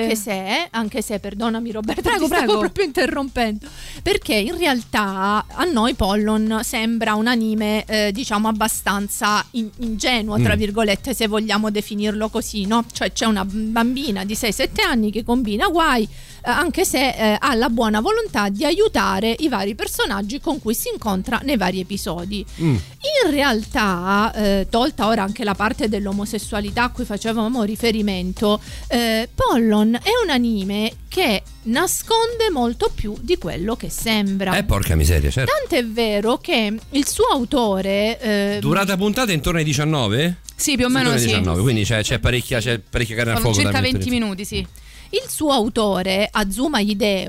Anche se, perdonami Roberta, prego. Stavo proprio interrompendo, perché in realtà a noi Pollon sembra un anime diciamo abbastanza ingenuo, tra virgolette, se vogliamo definirlo così, no? Cioè c'è una bambina di 6-7 anni che combina guai, anche se ha la buona volontà di aiutare i vari personaggi con cui si incontra nei vari episodi. In realtà, tolta ora anche la parte dell'omosessualità a cui facevamo riferimento, Pollon è un anime che nasconde molto più di quello che sembra. Porca miseria, certo. Tant'è vero che il suo autore... durata puntata intorno ai 19? Sì, più o meno 19, quindi c'è parecchia carne a fuoco. Circa 20 minuti, sì. Il suo autore, Azuma Hideo,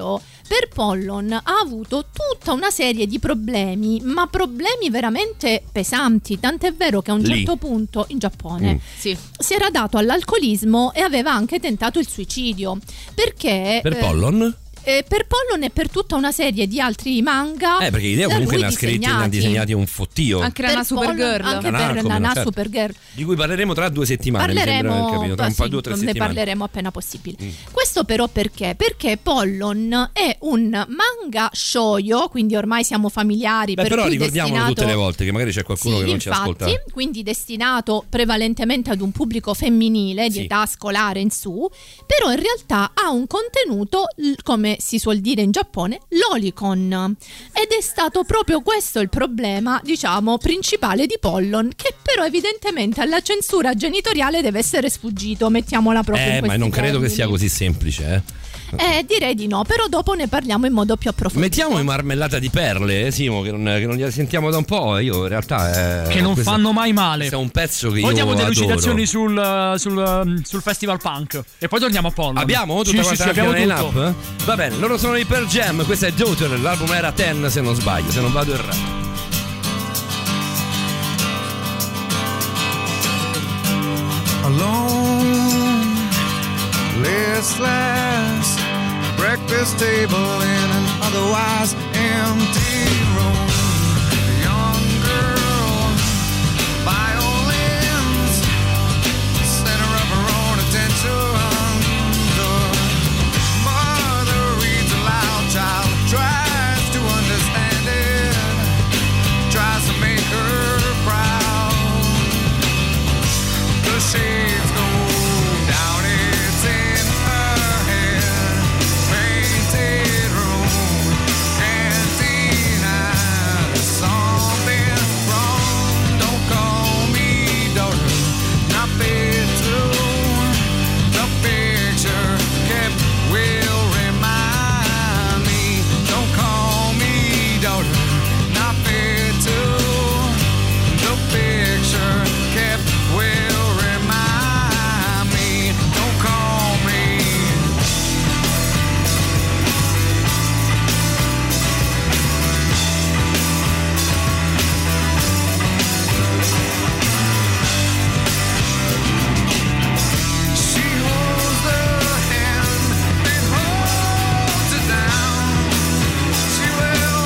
per Pollon ha avuto tutta una serie di problemi, ma problemi veramente pesanti, tant'è vero che a un certo punto in Giappone si era dato all'alcolismo e aveva anche tentato il suicidio. Perché per Pollon? Per Pollon e per tutta una serie di altri manga. Perché l'idea comunque ne ha scritti e ne ha disegnati un fottio. Anche Nana Supergirl. Anche per Nana Supergirl. Di cui parleremo tra 2 settimane. Mi sembra, capito? Tra un po' 2 o 3 settimane. Ne parleremo appena possibile. Questo però perché? Perché Pollon è un manga shoujo, quindi ormai siamo familiari. Però ricordiamolo tutte le volte che magari c'è qualcuno che non ci ascolta. Quindi destinato prevalentemente ad un pubblico femminile di età scolare in su, però in realtà ha un contenuto, come si suol dire in Giappone, lolicon, ed è stato proprio questo il problema, diciamo, principale di Pollon, che però evidentemente alla censura genitoriale deve essere sfuggito, mettiamola proprio in questi ma non credo termini. che sia così semplice, direi di no, però dopo ne parliamo in modo più approfondito. Mettiamo in marmellata di perle, Simo, che non li sentiamo da un po'. Io in realtà che non fanno mai male. Questo è un pezzo che Vogliamo io delucidazioni adoro. sul Festival Punk e poi torniamo a Pollon. Abbiamo tutta quanta abbiamo line tutto. up? Va bene, loro sono i Pearl Jam, questa è Daughter, l'album era 10 se non sbaglio, se non vado errato. Alone, listless, breakfast table in an otherwise empty room. Young girl, violins, center of her own attention. The mother reads aloud, child tries to understand it, tries to make her proud. The shades go down, it's in her head. Painted room, cantina, there's something wrong. Don't call me daughter, not fit to. The picture kept will remind me. Don't call me daughter, not fit to. The picture kept will remind me. Don't call me. She holds the hand that holds it down. She will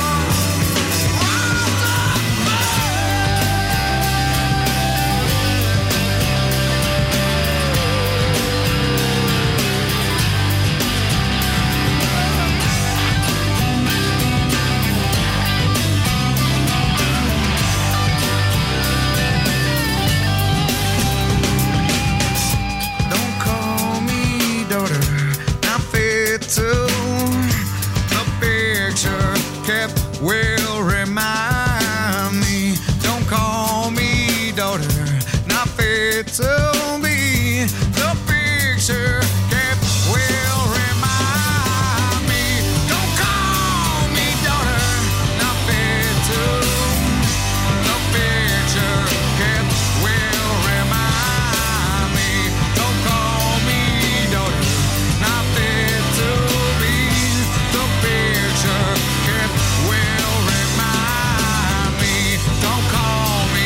Don't call me daughter, not fit to. The picture kept will remind me. Don't call me daughter, not fit to be. The picture kept will remind me. Don't call me daughter, not fit to. The picture kept will remind me. Don't call me daughter, not fit to be. The picture kept will remind me. Don't call me.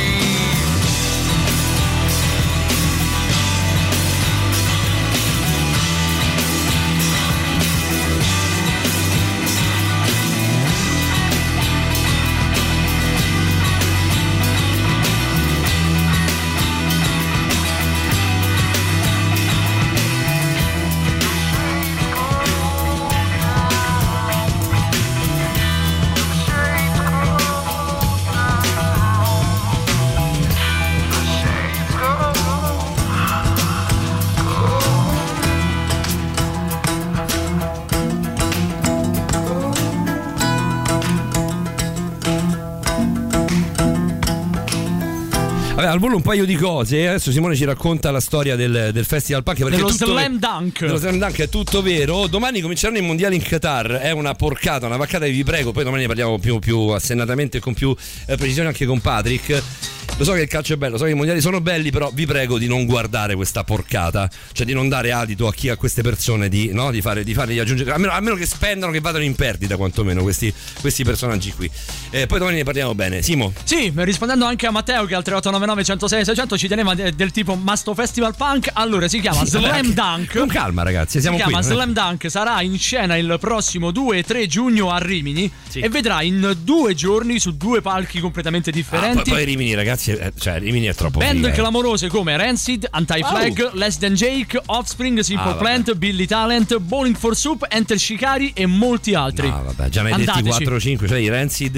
Vabbè, al volo un paio di cose. Adesso Simone ci racconta la storia del Festival Punk, perché dello è tutto Slam Dunk. dello Slam Dunk è tutto vero. Domani cominceranno i mondiali in Qatar. È una porcata, una vaccata, vi prego. Poi domani ne parliamo più assennatamente e con più precisione anche con Patrick. Lo so che il calcio è bello, so che i mondiali sono belli, però vi prego di non guardare questa porcata, cioè di non dare adito a queste persone di fargli aggiungere, a meno che spendano, che vadano in perdita quantomeno questi personaggi qui. Poi domani ne parliamo bene. Simo? Sì, rispondendo anche a Matteo che al 3899 106 600 ci teneva del tipo Masto Festival Punk. Allora si chiama Slam Dunk. Con calma ragazzi, siamo qui. Si chiama Slam Dunk, sarà in scena il prossimo 2 e 3 giugno a Rimini, sì. E vedrà in 2 giorni su 2 palchi completamente differenti. Poi Rimini ragazzi, cioè Rimini è troppo band figa, clamorose come Rancid, Anti-Flag, Less Than Jake, Offspring, Simple Plant, Billy Talent, Bowling for Soup, Enter Shikari e molti altri. Vabbè, già ne hai detti 4-5, cioè i Rancid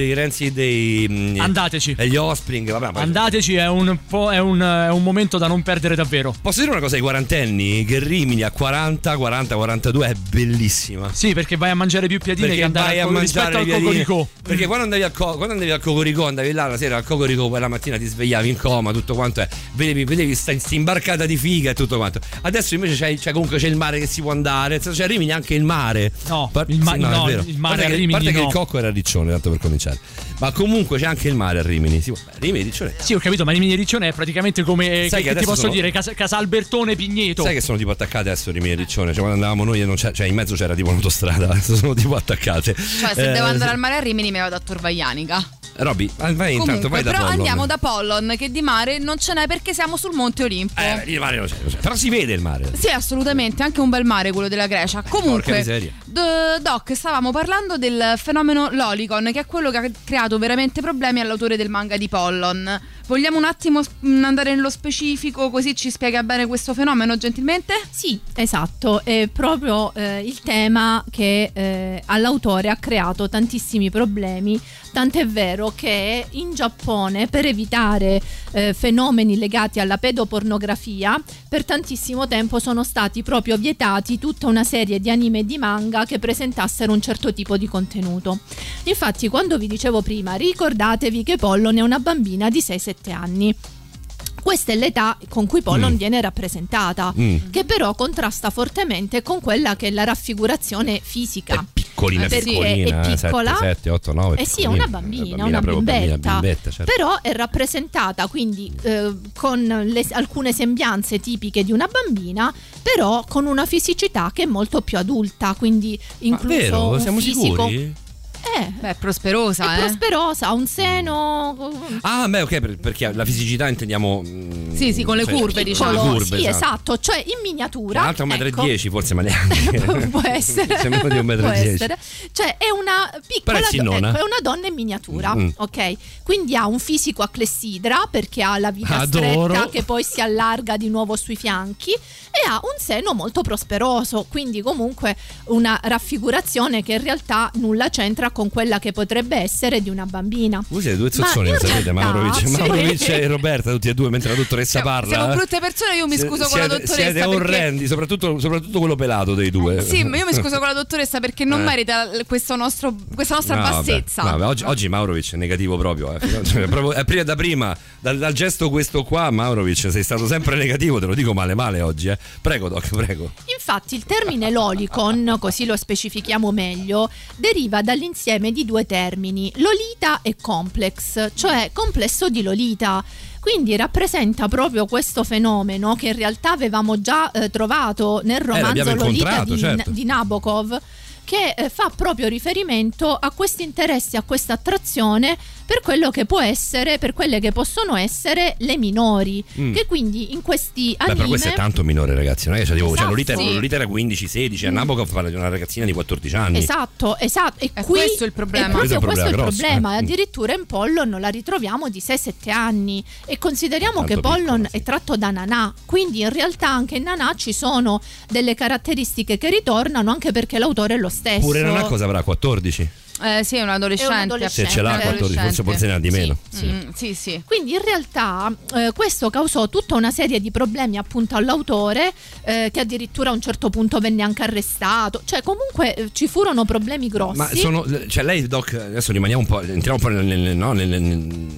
andateci. E gli Offspring, vabbè. Andateci, è un momento da non perdere davvero. Posso dire una cosa ai quarantenni? Che Rimini a 40-42 è bellissima. Sì, perché vai a mangiare più piedine perché che andare rispetto al Cocorico. Perché quando andavi al Cocorico, andavi là la sera al Cocorico, poi la mattina ti svegliavi in coma, tutto quanto vedevi sta imbarcata di figa e tutto quanto. Adesso invece comunque c'è il mare che si può andare, c'è Rimini anche il mare. No, il mare a Rimini. A parte che il Cocco era Riccione, tanto per cominciare. Ma comunque c'è anche il mare a Rimini. Rimini Riccione. Sì, ho capito, ma Rimini Riccione è praticamente come che ti posso dire Casalbertone Pigneto. Sai che sono tipo attaccate adesso Rimini Riccione? Cioè quando andavamo noi cioè in mezzo c'era tipo un'autostrada. Adesso sono tipo attaccate. Cioè se devo andare al mare a Rimini mi vado a Tor Vaianica. Roby, vai intanto, vai da però Pollon. Andiamo da Pollon, che di mare non ce n'è perché siamo sul Monte Olimpo. Di mare non c'è. Però si vede il mare. Sì, assolutamente, anche un bel mare quello della Grecia. Comunque, Doc, stavamo parlando del fenomeno Lolicon, che è quello che ha creato veramente problemi all'autore del manga di Pollon. Vogliamo un attimo andare nello specifico, così ci spiega bene questo fenomeno gentilmente? Sì, esatto, è proprio il tema che all'autore ha creato tantissimi problemi, tant'è vero che in Giappone, per evitare fenomeni legati alla pedopornografia, per tantissimo tempo sono stati proprio vietati tutta una serie di anime e di manga che presentassero un certo tipo di contenuto. Infatti, quando vi dicevo prima, ricordatevi che Pollon è una bambina di 6-7 anni. Questa è l'età con cui Pollon viene rappresentata, che però contrasta fortemente con quella che è la raffigurazione fisica. Piccolina, è piccola, 7, 8, 9. Sì, è una bambina, una bimbetta, certo. Però è rappresentata quindi con alcune sembianze tipiche di una bambina, però con una fisicità che è molto più adulta, quindi incluso vero? un Siamo fisico. Sicuri? Beh, prosperosa, è prosperosa, ha un seno. Ok, perché la fisicità intendiamo. Sì, con le curve, diciamo. Con le curve, sì, esatto, cioè in miniatura. Tra l'altro 1,10 m, forse, ma neanche. Può essere. Sembra di 1,10 m. Cioè è una piccola, è una donna in miniatura, ok? Quindi ha un fisico a clessidra, perché ha la vita stretta che poi si allarga di nuovo sui fianchi, e ha un seno molto prosperoso, quindi comunque una raffigurazione che in realtà nulla c'entra con quella che potrebbe essere di una bambina. Voi siete due zozzoni, lo sapete, Maurovic e Roberta, tutti e due, mentre la dottoressa parla. Siamo brutte persone, io mi scuso con la dottoressa. Siete orrendi, soprattutto quello pelato dei due. Sì, ma io mi scuso con la dottoressa perché non merita questa nostra bassezza. Vabbè, oggi Maurovic è negativo proprio. È da prima, dal gesto questo qua, Maurovic, sei stato sempre negativo, te lo dico male oggi. Prego, Doc, prego. Infatti il termine Lolicon, così lo specifichiamo meglio, deriva dall'insieme di due termini, Lolita e Complex, cioè complesso di Lolita. Quindi rappresenta proprio questo fenomeno che in realtà avevamo già trovato nel romanzo Lolita di Nabokov, che fa proprio riferimento a questi interessi, a questa attrazione per quello che può essere, per quelle che possono essere le minori, che quindi in questi anime. Però questo è tanto minore, ragazzi, non è che Lolita era 15-16, a Nabokov parla di una ragazzina di 14 anni. Esatto, e qui questo è il problema. È proprio questo è il grosso, problema. Addirittura in Pollon la ritroviamo di 6-7 anni, e consideriamo che Pollon è tratto da Nanà, quindi in realtà anche in Nanà ci sono delle caratteristiche che ritornano, anche perché l'autore è lo stesso. Pure Nanà cosa avrà? 14? Sì, è un adolescente. Se ce l'ha 14, forse ne ha di meno. Sì. Quindi in realtà questo causò tutta una serie di problemi appunto all'autore, che addirittura a un certo punto venne anche arrestato. Cioè comunque ci furono problemi grossi. Ma lei, Doc, adesso rimaniamo un po', entriamo un po'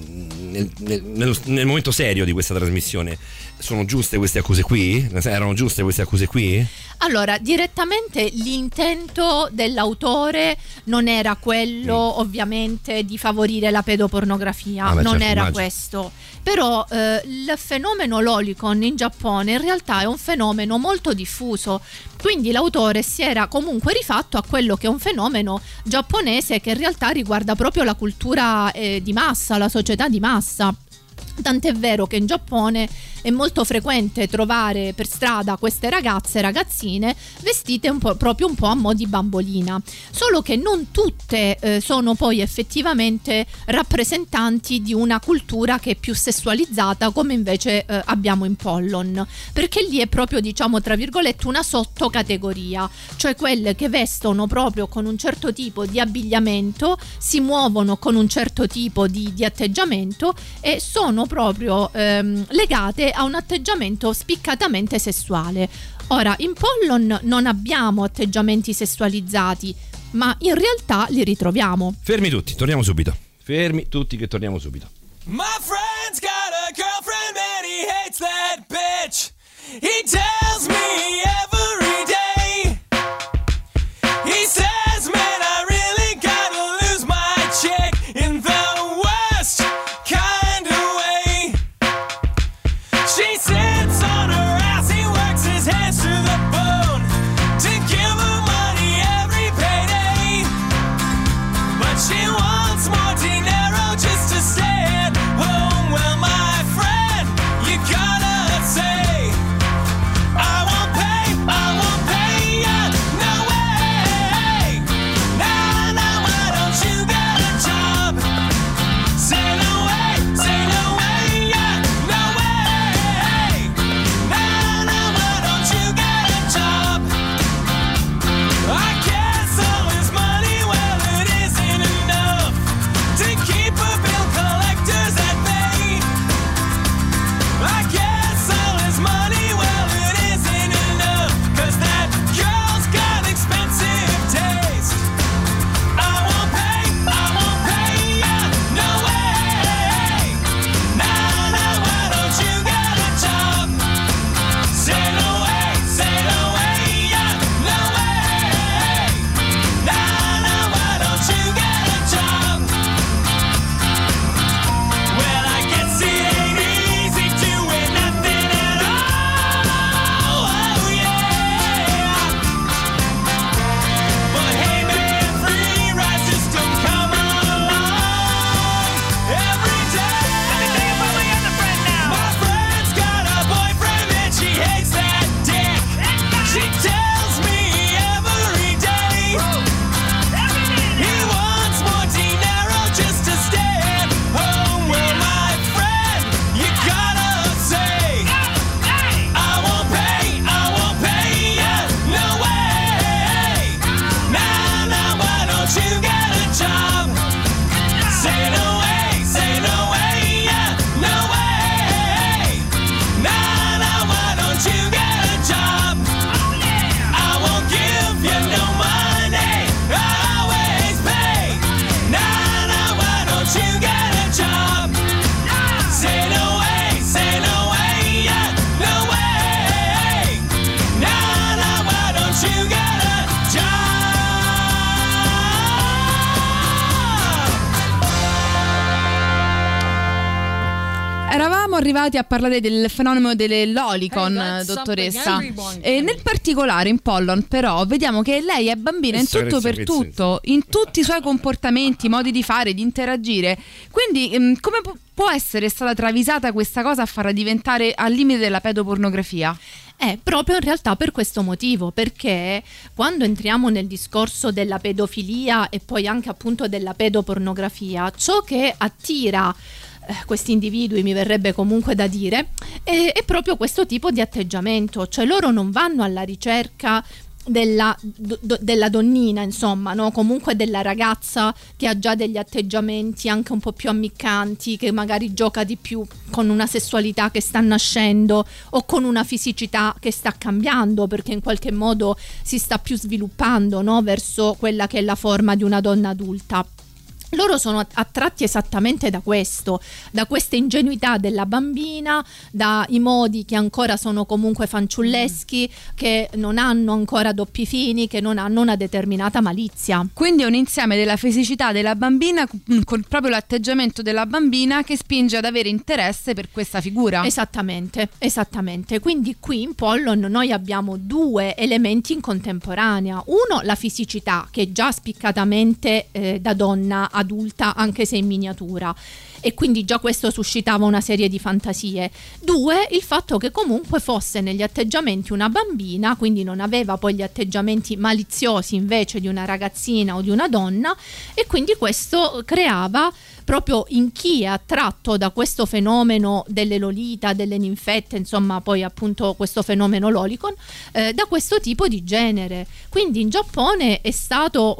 nel momento serio di questa trasmissione, sono giuste queste accuse qui? Erano giuste queste accuse qui? Allora, direttamente l'intento dell'autore non era quello, ovviamente, di favorire la pedopornografia, non certo, era immagino. questo. Però il fenomeno lolicon in Giappone in realtà è un fenomeno molto diffuso, quindi l'autore si era comunque rifatto a quello che è un fenomeno giapponese che in realtà riguarda proprio la cultura di massa, la società di massa. Tant'è vero che in Giappone è molto frequente trovare per strada queste ragazze e ragazzine vestite proprio un po' a mo' di bambolina, solo che non tutte sono poi effettivamente rappresentanti di una cultura che è più sessualizzata, come invece abbiamo in Pollon, perché lì è proprio, diciamo tra virgolette, una sottocategoria, cioè quelle che vestono proprio con un certo tipo di abbigliamento, si muovono con un certo tipo di atteggiamento e sono proprio legate a un atteggiamento spiccatamente sessuale. Ora, in Pollon non abbiamo atteggiamenti sessualizzati, ma in realtà li ritroviamo. Fermi tutti, torniamo subito. Fermi tutti che torniamo subito. My friend's got a girlfriend and he hates that bitch. He tells me every day. He says, man, I really gotta lose my chick in the worst kind of way. She sits on her ass, he works his hands to the bone to give her money every payday. But she wants more dinero just to stay at home. Well, my friend, you gotta say, I won't pay ya, no way. Nah, nah, why don't you get a job? Say no way, yeah, no way. Nah, nah, why don't you get a job? I guess all his money, well, it isn't enough to keep a bill collectors at bay. I guess all his money, well, it isn't enough, 'cause that girl's got expensive taste. I won't pay ya, no way. Nah, nah, why don't you get a job? Say no way, yeah, no way. Nah, nah, why don't you get a job? Well, I guess it ain't easy doing nothing at all. Oh yeah. But hey man, free rides just don't come along every day. Let me tell you about my other friend now. My friend's got a boyfriend and she hates that dick. She tells me every day. He wants more dinero just to stay at home. Well, my friend, you gotta say, I won't pay ya, no way. Nah, nah, why don't you get a job? Say no way, yeah, no way. Nah, nah, why don't you get a job? I won't give you no money, I always pay. Nah, nah, why don't you get a job? Say no way, yeah, no way. Nah, nah, why don't you get a job? Eravamo arrivati a parlare del fenomeno delle lolicon, dottoressa. E nel particolare in Pollon, però, vediamo che lei è bambina in tutto per tutto, in tutti i suoi comportamenti, modi di fare, di interagire. Quindi, come può essere stata travisata questa cosa a farla diventare al limite della pedopornografia? Proprio in realtà per questo motivo, perché quando entriamo nel discorso della pedofilia e poi anche appunto della pedopornografia, ciò che attira questi individui, mi verrebbe comunque da dire, è proprio questo tipo di atteggiamento, cioè loro non vanno alla ricerca della donnina, insomma, no? Comunque della ragazza che ha già degli atteggiamenti anche un po' più ammiccanti, che magari gioca di più con una sessualità che sta nascendo o con una fisicità che sta cambiando, perché in qualche modo si sta più sviluppando, no? Verso quella che è la forma di una donna adulta. loro sono attratti esattamente da questo, da questa ingenuità della bambina, dai modi che ancora sono comunque fanciulleschi, che non hanno ancora doppi fini, che non hanno una determinata malizia. Quindi è un insieme della fisicità della bambina con proprio l'atteggiamento della bambina che spinge ad avere interesse per questa figura. Esattamente. Quindi qui in Pollon noi abbiamo due elementi in contemporanea. Uno, la fisicità, che è già spiccatamente da donna adulta, anche se in miniatura, e quindi già questo suscitava una serie di fantasie. Due, il fatto che comunque fosse negli atteggiamenti una bambina, quindi non aveva poi gli atteggiamenti maliziosi invece di una ragazzina o di una donna, e quindi questo creava proprio in chi è attratto da questo fenomeno delle Lolita, delle ninfette, insomma poi appunto questo fenomeno lolicon, da questo tipo di genere. Quindi in Giappone è stato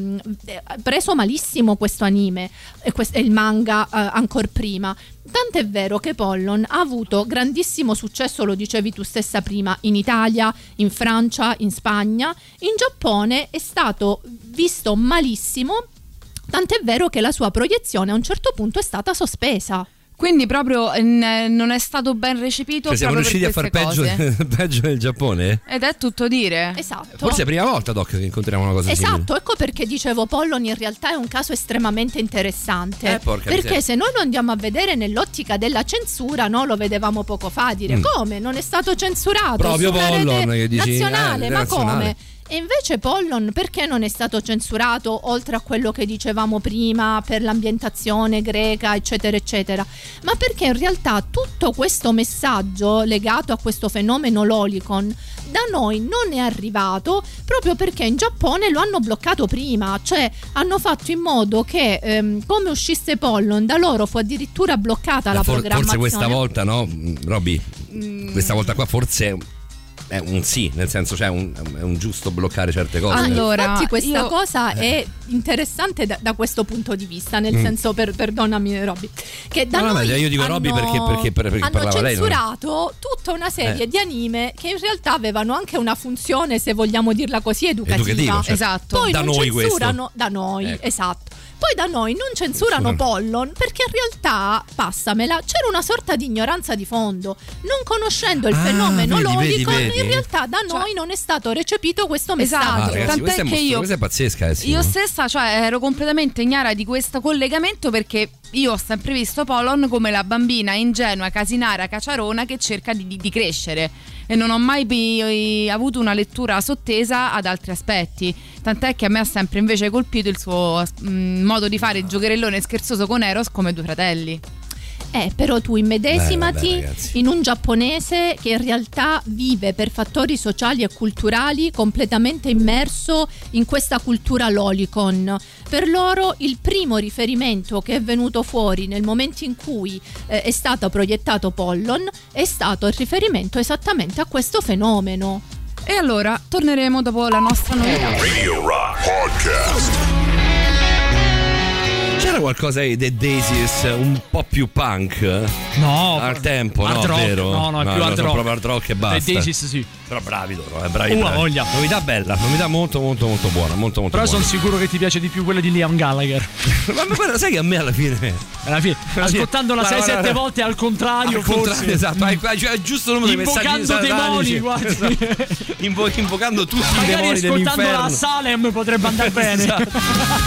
preso malissimo questo anime e il manga ancor prima. Tant'è vero che Pollon ha avuto grandissimo successo, lo dicevi tu stessa prima, in Italia, in Francia, in Spagna. In Giappone è stato visto malissimo, tant'è vero che la sua proiezione a un certo punto è stata sospesa. Quindi proprio non è stato ben recepito. Siamo riusciti a far peggio del Giappone? Ed è tutto dire. Esatto. Forse è la prima volta, Doc, che incontriamo una cosa simile. Esatto, ecco perché dicevo Pollon in realtà è un caso estremamente interessante. Perché miseria. Se noi lo andiamo a vedere nell'ottica della censura, no, lo vedevamo poco fa, dire come non è stato censurato proprio su una Pollon, rete che dici, nazionale, ma nazionale. come? E invece Pollon perché non è stato censurato, oltre a quello che dicevamo prima per l'ambientazione greca eccetera eccetera, ma perché in realtà tutto questo messaggio legato a questo fenomeno lolicon da noi non è arrivato proprio perché in Giappone lo hanno bloccato prima, cioè hanno fatto in modo che come uscisse Pollon da loro fu addirittura bloccata la programmazione. Forse questa volta no, Robby, questa volta qua forse è un sì, nel senso è un giusto bloccare certe cose. Allora, infatti questa cosa è interessante da questo punto di vista, nel senso, perdonami Robby, che da noi io dico Robby perché hanno parlava lei, censurato tutta una serie di anime che in realtà avevano anche una funzione, se vogliamo dirla così, educativa. Certo. Esatto. Poi da non noi censurano questo. da noi, ecco. esatto. Poi da noi non censurano Pollon perché in realtà, passamela, c'era una sorta di ignoranza di fondo. Non conoscendo il fenomeno lolicon, in realtà da noi non è stato recepito questo messaggio. Ragazzi, Tant'è che questa è pazzesca. Io stessa, ero completamente ignara di questo collegamento, perché io ho sempre visto Pollon come la bambina ingenua, casinara, caciarona che cerca di crescere, e non ho mai avuto una lettura sottesa ad altri aspetti. Tant'è che a me ha sempre invece colpito il suo modo di fare il giocherellone scherzoso con Eros come due fratelli. Però tu immedesimati in un giapponese che in realtà vive per fattori sociali e culturali completamente immerso in questa cultura lolicon. Per loro il primo riferimento che è venuto fuori nel momento in cui è stato proiettato Pollon è stato il riferimento esattamente a questo fenomeno. E allora torneremo dopo la nostra novità. Radio Rock Podcast. C'era qualcosa di The Daisies un po' più punk? No, al tempo, hard no? rock, Vero? no, è più hard rock. Proprio hard rock e basta. The Daisies sì. Però bravi loro, bravi. Voglia. Novità bella, novità molto molto molto buona, molto molto Però buona. sono sicuro che ti piace di più quella di Liam Gallagher. Ma guarda, sai che a me alla fine ascoltandola 6-7 volte al contrario, forse. Esatto, hai giusto il numero di messaggi invocando demoni, guarda. Invocando tutti i demoni magari dell'inferno. ascoltandola a Salem potrebbe andare bene. Esatto.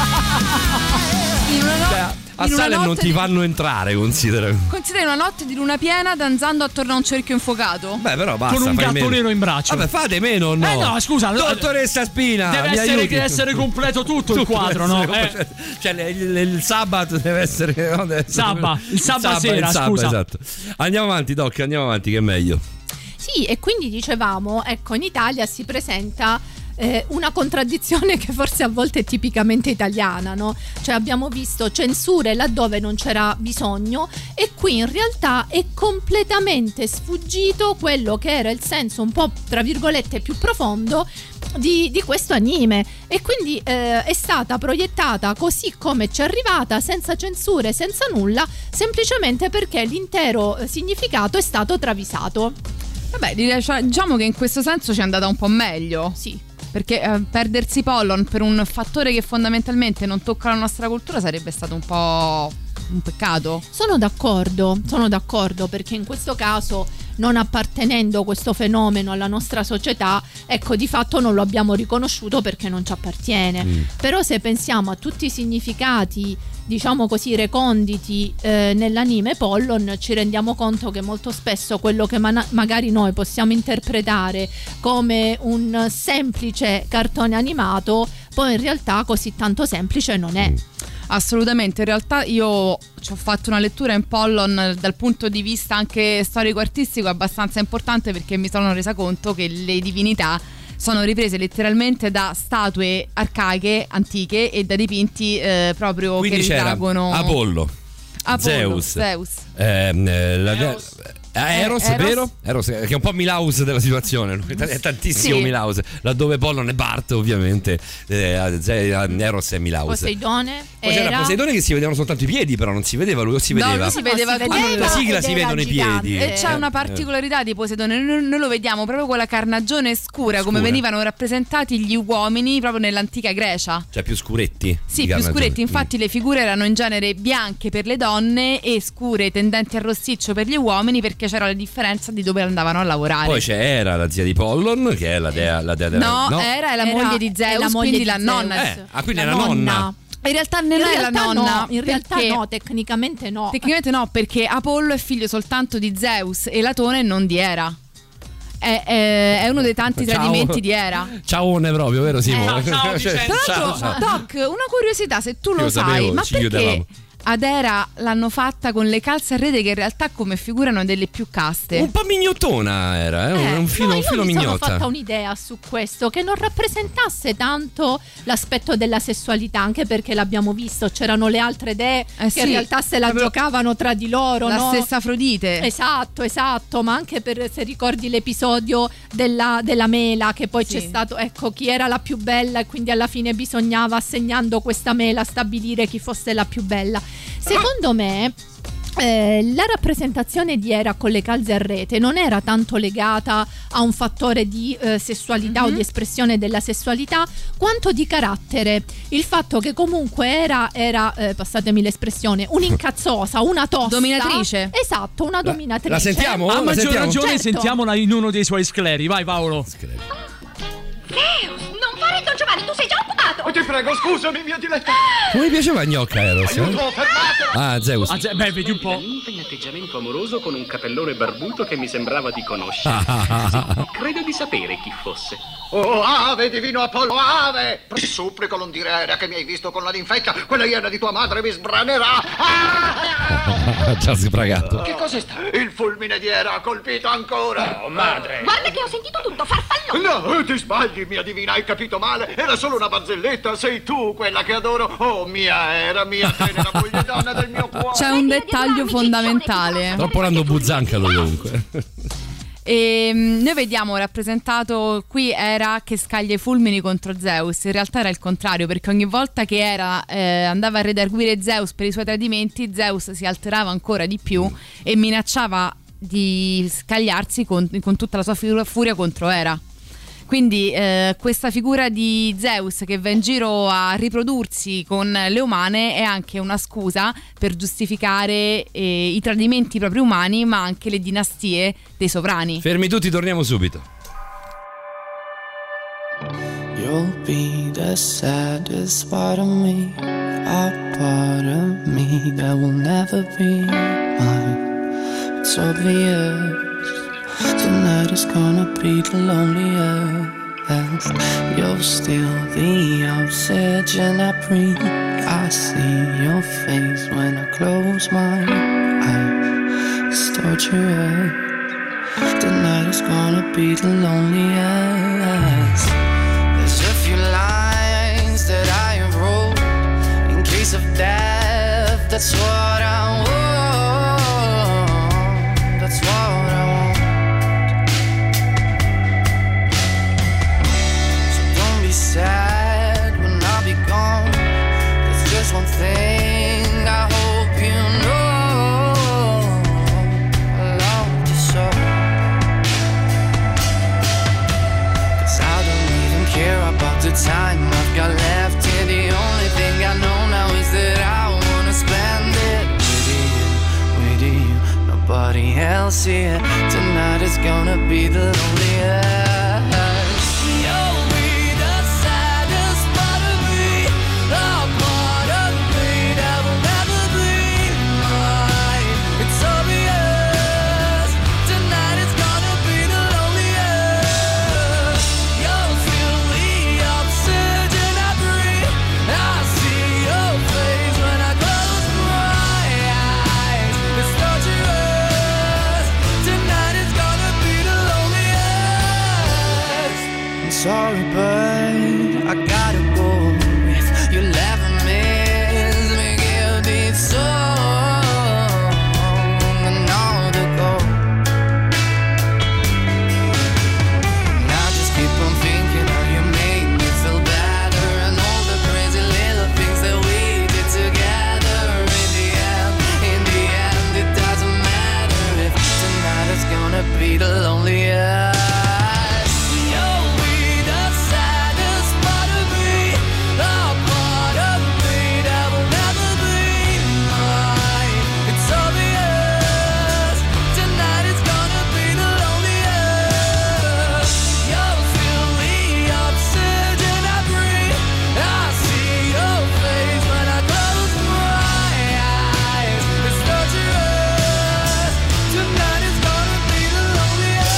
A Salem non ti fanno entrare, considera una notte di luna piena danzando attorno a un cerchio infuocato. Beh, però basta, con un gatto meno. nero in braccio. Vabbè, fate meno o no? No, scusa, dottoressa Spina, deve essere completo tutto il quadro, no? Cioè il sabato deve essere, no? Il sabato sera, scusa. Esatto. Andiamo avanti, Doc, andiamo avanti, che è meglio. Sì, e quindi dicevamo, ecco, in Italia si presenta una contraddizione che forse a volte è tipicamente italiana, no? Cioè abbiamo visto censure laddove non c'era bisogno, e qui in realtà è completamente sfuggito quello che era il senso un po' tra virgolette più profondo di questo anime, e quindi è stata proiettata così come ci è arrivata, senza censure, senza nulla, semplicemente perché l'intero significato è stato travisato. Vabbè, diciamo che in questo senso ci è andata un po' meglio. Sì. perché perdersi Pollon per un fattore che fondamentalmente non tocca la nostra cultura sarebbe stato un po' un peccato. Sono d'accordo perché in questo caso, non appartenendo questo fenomeno alla nostra società, ecco, di fatto non lo abbiamo riconosciuto perché non ci appartiene. Però se pensiamo a tutti i significati, diciamo così, reconditi nell'anime Pollon, ci rendiamo conto che molto spesso quello che magari noi possiamo interpretare come un semplice cartone animato, poi in realtà così tanto semplice non è. Assolutamente, in realtà io ci ho fatto una lettura in Pollon dal punto di vista anche storico-artistico abbastanza importante, perché mi sono resa conto che le divinità sono riprese letteralmente da statue arcaiche, antiche, e da dipinti proprio. Quindi che risalgono Apollo, Zeus. Eros, vero? Eros, che è un po' Milhouse della situazione, è tantissimo sì. Milhouse, laddove Pollon è Bart ovviamente, Eros è Milhouse. Poseidone poi c'era Poseidone che si vedevano soltanto i piedi, però non si vedeva lui, o si vedeva? No, lui si vedeva tutto. Nella sigla si vedono gigante. I piedi. E c'è una particolarità di Poseidone, noi lo vediamo proprio con la carnagione scura, come venivano rappresentati gli uomini proprio nell'antica Grecia. Cioè più scuretti? Sì, più scuretti, infatti le figure erano in genere bianche per le donne e scure tendenti al rossiccio per gli uomini, perché c'era la differenza di dove andavano a lavorare. Poi c'era la zia di Pollon, che è la dea della... No, era la moglie di Zeus, quindi la nonna. Quindi la nonna. In realtà non è la nonna. In realtà no, tecnicamente no. Tecnicamente no, perché Apollo è figlio soltanto di Zeus e Latone non di Era. È uno dei tanti tradimenti di Era. Ciaone proprio, vero Simo? Tra l'altro, Doc, una curiosità, se tu lo sai, ma perché ad Era l'hanno fatta con le calze a rete, che in realtà come figurano delle più caste? Un po' mignottona era, un filo mignotta. Mi sono fatta un'idea su questo, che non rappresentasse tanto l'aspetto della sessualità, anche perché l'abbiamo visto, c'erano le altre dee che in realtà se la giocavano tra di loro, la stessa Afrodite. Esatto, ma anche se ricordi l'episodio della mela, che poi c'è stato, ecco, chi era la più bella, e quindi alla fine bisognava, assegnando questa mela, stabilire chi fosse la più bella. Secondo me la rappresentazione di Era con le calze a rete non era tanto legata a un fattore di sessualità o di espressione della sessualità, quanto di carattere. Il fatto che comunque era passatemi l'espressione, un'incazzosa, una tosta, dominatrice. Esatto, una dominatrice. La sentiamo? A maggior ragione, certo. Sentiamola in uno dei suoi scleri. Vai Paolo. Zeus, non fare il Don Giovanni, tu sei già occupato. Oh, ti prego, scusami, mia diletta. Come piaceva Gnocca Eros? Zeus. Beh, vedi un po'. In atteggiamento amoroso con un capellone barbuto che mi sembrava di conoscere. Credo di sapere chi fosse. Oh, ave, divino Apollo, ave! Supplico non dire Era che mi hai visto con la ninfetta. Quella iena di tua madre mi sbranerà. Già sbragato. Che cos'è stato? Il fulmine di Era ha colpito ancora. Oh, madre. Guarda che ho sentito tutto, farfallone. No, ti sbagli, mia divina, hai capito male. Era solo una barzelletta, sei tu quella che adoro. Oh, mia Era, mia tenera moglie donna del mio cuore. C'è un dettaglio fondamentale. Troppo Rando Buzzanca comunque. E noi vediamo rappresentato qui Era che scaglia i fulmini contro Zeus. In realtà era il contrario, perché ogni volta che Era andava a redarguire Zeus per i suoi tradimenti, Zeus si alterava ancora di più e minacciava di scagliarsi con tutta la sua furia contro Era. Quindi questa figura di Zeus che va in giro a riprodursi con le umane è anche una scusa per giustificare i tradimenti propri umani, ma anche le dinastie dei sovrani. Fermi tutti, torniamo subito. You'll be the saddest part of me, a part of me that will never be mine. It's obvious. Tonight is gonna be the loneliest. You're still the oxygen I breathe. I see your face when I close my eyes. It's torture. Tonight is gonna be the loneliest. There's a few lines that I have wrote in case of death. That's what I want. That's what I want. Sad when I'll be gone. There's just one thing I hope you know. I love you so. 'Cause I don't even care I'll see it. Tonight is gonna be the loneliest. You'll be the saddest part of me, a part of me that will never be mine. It's obvious. Tonight is gonna be the loneliest. You'll feel the oxygen I breathe. I see your face when I close my eyes. It's torturous. Tonight is gonna be the loneliest. I'm sorry, but I gotta go. If you never miss me, give me song and all to go. And I just keep on thinking how you made me feel better, and all the crazy little things that we did together. In the end, it doesn't matter if tonight is gonna be the loneliest. You'll be the saddest part of me, a part of me that will never be mine. It's obvious. Tonight is gonna be the loneliest. You'll feel the oxygen I breathe. I see your face when I close my eyes. It's torturous. Tonight is gonna be the loneliest.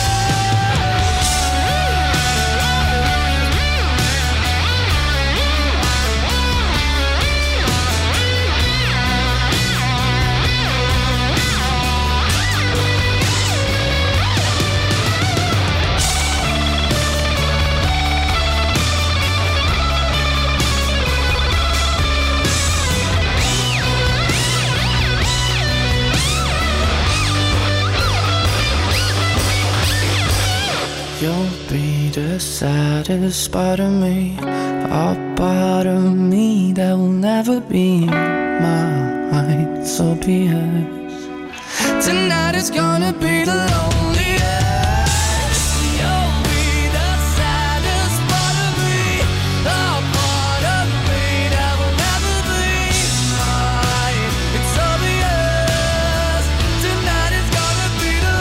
You'll be the saddest part of me, a part of me that will never be mine. So be it. Tonight is gonna be the loneliest. You'll be the saddest part of me, a part of me that will never be mine. It's obvious. Tonight is gonna be the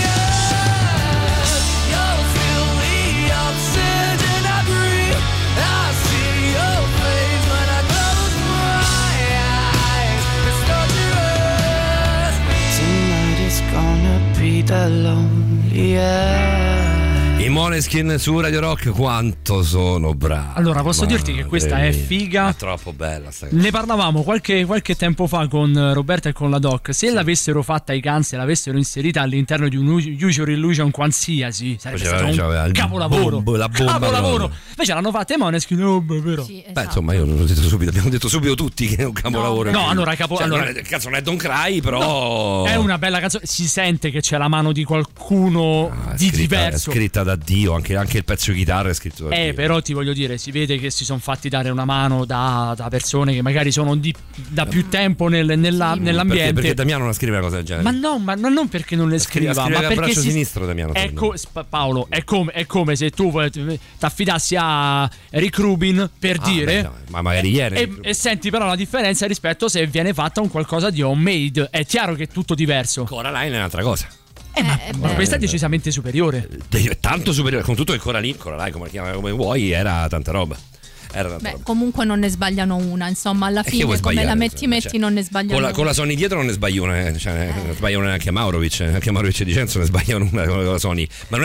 loneliest. You'll feel the oxygen I breathe. I see your face when I close my eyes. It's torturous. Tonight is gonna be the loneliest. I Måneskin su Radio Rock, quanto sono bravi. Allora, posso dirti che questa è figa. È troppo bella sta Ne parlavamo qualche tempo fa con Roberta e con la Doc. Se l'avessero fatta i Guns e l'avessero inserita all'interno di un Use Your Illusion qualsiasi, sarebbe stato un capolavoro. Capolavoro. Invece l'hanno fatta i Måneskin, vero? Sì, esatto. Beh, insomma, io l'ho detto subito, abbiamo detto subito tutti che è un capolavoro. No, allora, cazzo, non è Don't Cry, però è una bella canzone. Si sente che c'è la mano di qualcuno di diverso. È scritta da Dio, anche il pezzo di chitarra è scritto da Dio. Però ti voglio dire, si vede che si sono fatti dare una mano da persone che magari sono da più tempo nell'ambiente. Perché Damiano non scrive una cosa del genere. Ma non perché non le scriva, ma perché braccio sinistro Damiano. Paolo, è come se tu ti affidassi a Rick Rubin per dire. No, ma magari ieri. E senti però la differenza rispetto se viene fatta un qualcosa di homemade. È chiaro che è tutto diverso. Coraline è un'altra cosa. Ma questa è decisamente superiore. Tanto superiore, con tutto che Coraline, come la chiama come vuoi, era tanta roba. Comunque non ne sbagliano una, insomma, alla fine come la metti non ne sbagliano una. Con la Sony dietro non ne sbaglio una, non sbagliano neanche Maurovic e Di Cenzo ne sbagliano una con la Sony. Ma non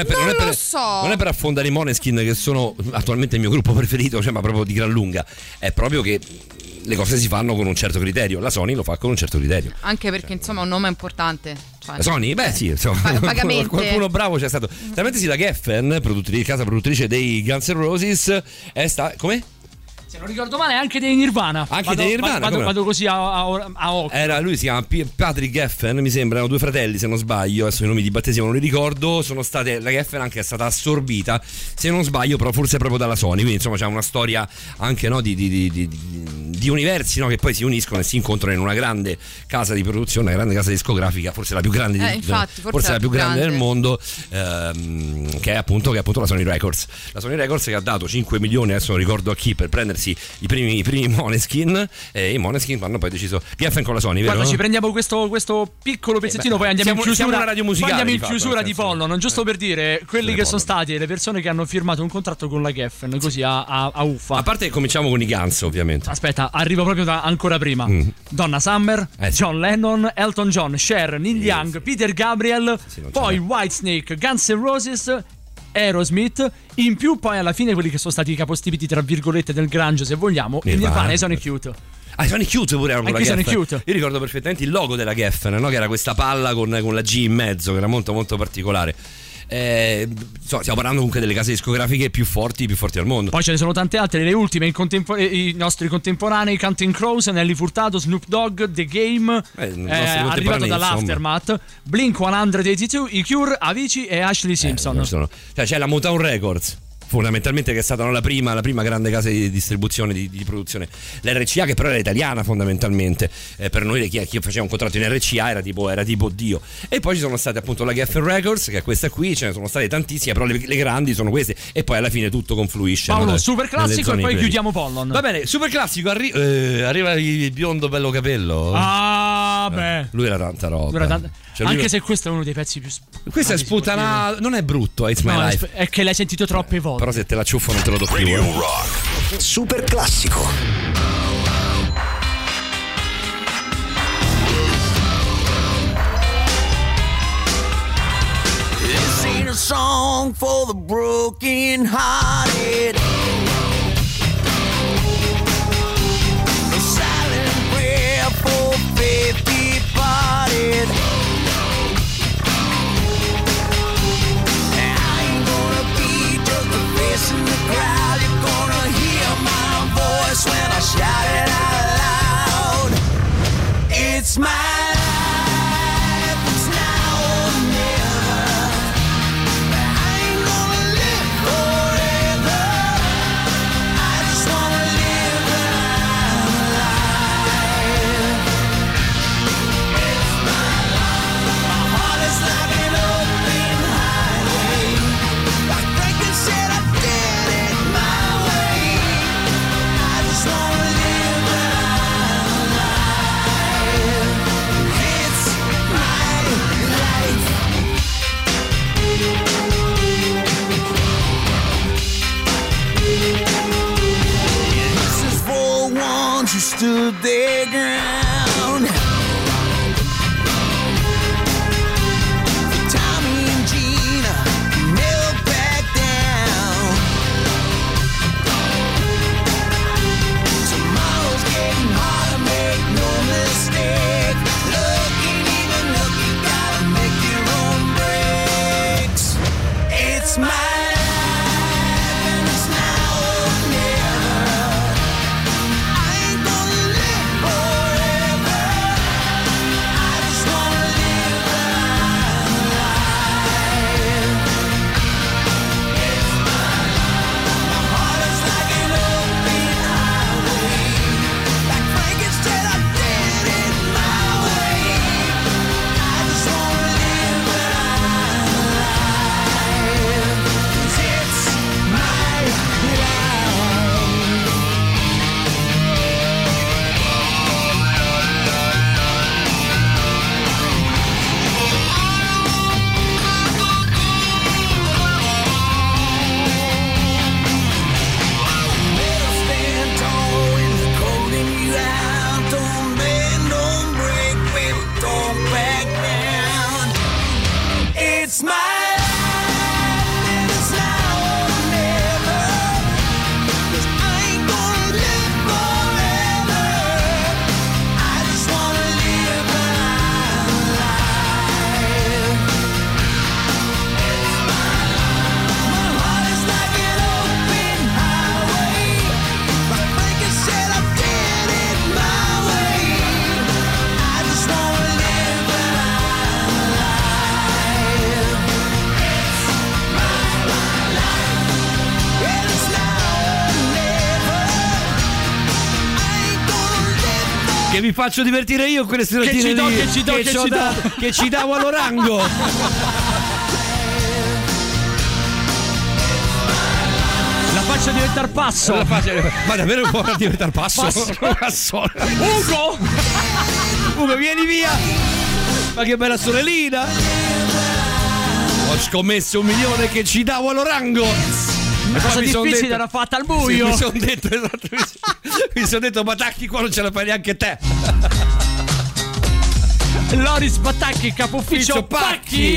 è per affondare i Måneskin, che sono attualmente il mio gruppo preferito, ma proprio di gran lunga. È proprio che le cose si fanno con un certo criterio. La Sony lo fa con un certo criterio. Anche perché insomma è un nome importante. La Sony? Beh sì, insomma, qualcuno bravo c'è stato. Talmente sì, la Geffen, casa produttrice dei Guns N' Roses, come? Se non ricordo male, anche dei Nirvana. Vado così a occhio. Lui si chiama Patrick Geffen, mi sembra, erano due fratelli, se non sbaglio. Adesso i nomi di battesimo non li ricordo. La Geffen anche è stata assorbita, se non sbaglio, però forse proprio dalla Sony. Quindi insomma c'è una storia anche di universi, che poi si uniscono e si incontrano in una grande casa di produzione, una grande casa discografica, forse la più grande forse la più grande del mondo, che è appunto la Sony Records. La Sony Records che ha dato 5 milioni, adesso non ricordo a chi, per prendersi persi i primi Måneskin, e i Måneskin hanno poi deciso Geffen con la Sony, vero? Guarda, ci prendiamo questo piccolo pezzettino, poi andiamo in chiusura. Siamo una radio musicale, andiamo in di chiusura fatto, di Pollon, giusto per dire quelli che sono stati le persone che hanno firmato un contratto con la Geffen, così a uffa. A parte che cominciamo con i Guns, ovviamente. Aspetta, arrivo proprio ancora prima. Donna Summer, John Lennon, Elton John, Cher, Neil Young, Peter Gabriel, poi Whitesnake, Guns N' Roses, Aerosmith, in più poi alla fine quelli che sono stati i capostipiti tra virgolette del grunge, se vogliamo, Nirvana e Sonic Youth. Sonic Youth pure erano con la Sonic Geffen. Youth. Io ricordo perfettamente il logo della Geffen, no? Che era questa palla con la G in mezzo, che era molto molto particolare. Stiamo parlando comunque delle case discografiche più forti al mondo. Poi ce ne sono tante altre, le ultime i nostri contemporanei: Counting Crows, Nelly Furtado, Snoop Dogg, The Game, arrivato dall'Aftermath, Blink 182, i Cure, Avicii e Ashley Simpson. Cioè c'è la Motown Records, fondamentalmente, che è stata la prima grande casa di distribuzione, di produzione. L'RCA, che però era italiana fondamentalmente, per noi chi faceva un contratto in RCA era tipo Dio. E poi ci sono state appunto la Geffen Records, che è questa qui, ce ne sono state tantissime, però le grandi sono queste, e poi alla fine tutto confluisce. Paolo, super classico, e poi chiudiamo Pollon. Va bene, super classico, arriva il biondo bello capello. Lui era tanta roba. Anche se questo è uno dei pezzi più questa è sputana, non è brutto, It's My Life. È che l'hai sentito troppe volte. Però se te la ciuffo non te lo do più. Rock. Super classico. This ain't a song for the broken hearted. A silent prayer for faith departed. In the crowd, you're gonna hear my voice when I shout it out loud. It's my life, it's now or never. I ain't gonna live forever. I just wanna live when I'm alive. It's my life. My heart is like an open highway. Like Franklin said, I who stood their ground. Tommy and Gina never back down. Tomorrow's getting harder, make no mistake. Looking, even looking, gotta make your own breaks. It's my che vi faccio divertire io con quelle strottine che ci davo all'orango. faccia diventare passo. Ma davvero può diventare passo? Ugo, vieni via. Ma che bella sorellina. Ho scommesso 1 milione che ci davo all'Orango. Una cosa difficile era fatta al buio. Mi sono detto Batacchi, qua non ce la fai neanche te. Loris Batacchi, capo ufficio Pacchi.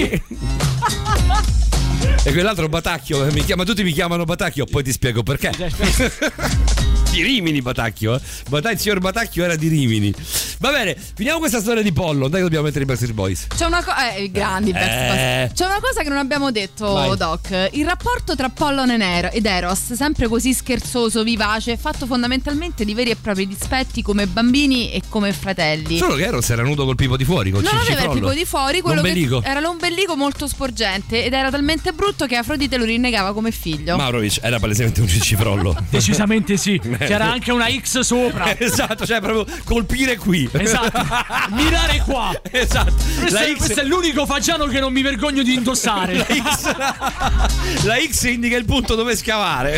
E quell'altro Batacchio tutti mi chiamano Batacchio, poi ti spiego perché. Di Rimini Batacchio, il signor Batacchio era di Rimini. Va bene, finiamo questa storia di Pollo. Dai, dobbiamo mettere i Backstreet Boys. C'è una cosa, grandi C'è una cosa che non abbiamo detto. Vai. Doc. Il rapporto tra Pollon ed Eros, sempre così scherzoso, vivace, è fatto fondamentalmente di veri e propri dispetti come bambini e come fratelli. Solo che Eros era nudo col pipo di fuori, col non aveva il pipo di fuori, quello l'ombelico. Che era l'ombelico molto sporgente ed era talmente brutto che Afrodite lo rinnegava come figlio. Maurovic era palesemente un cicifrollo. Decisamente sì. C'era anche una X sopra. Esatto, cioè proprio colpire qui. Esatto. Mirare qua. Esatto. Questo è l'unico fagiano che non mi vergogno di indossare. La X indica il punto dove scavare.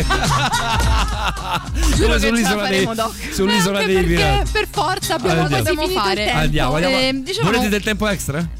Come sull'isola dei pirati. Per forza dobbiamo fare. Andiamo. Volete del tempo extra?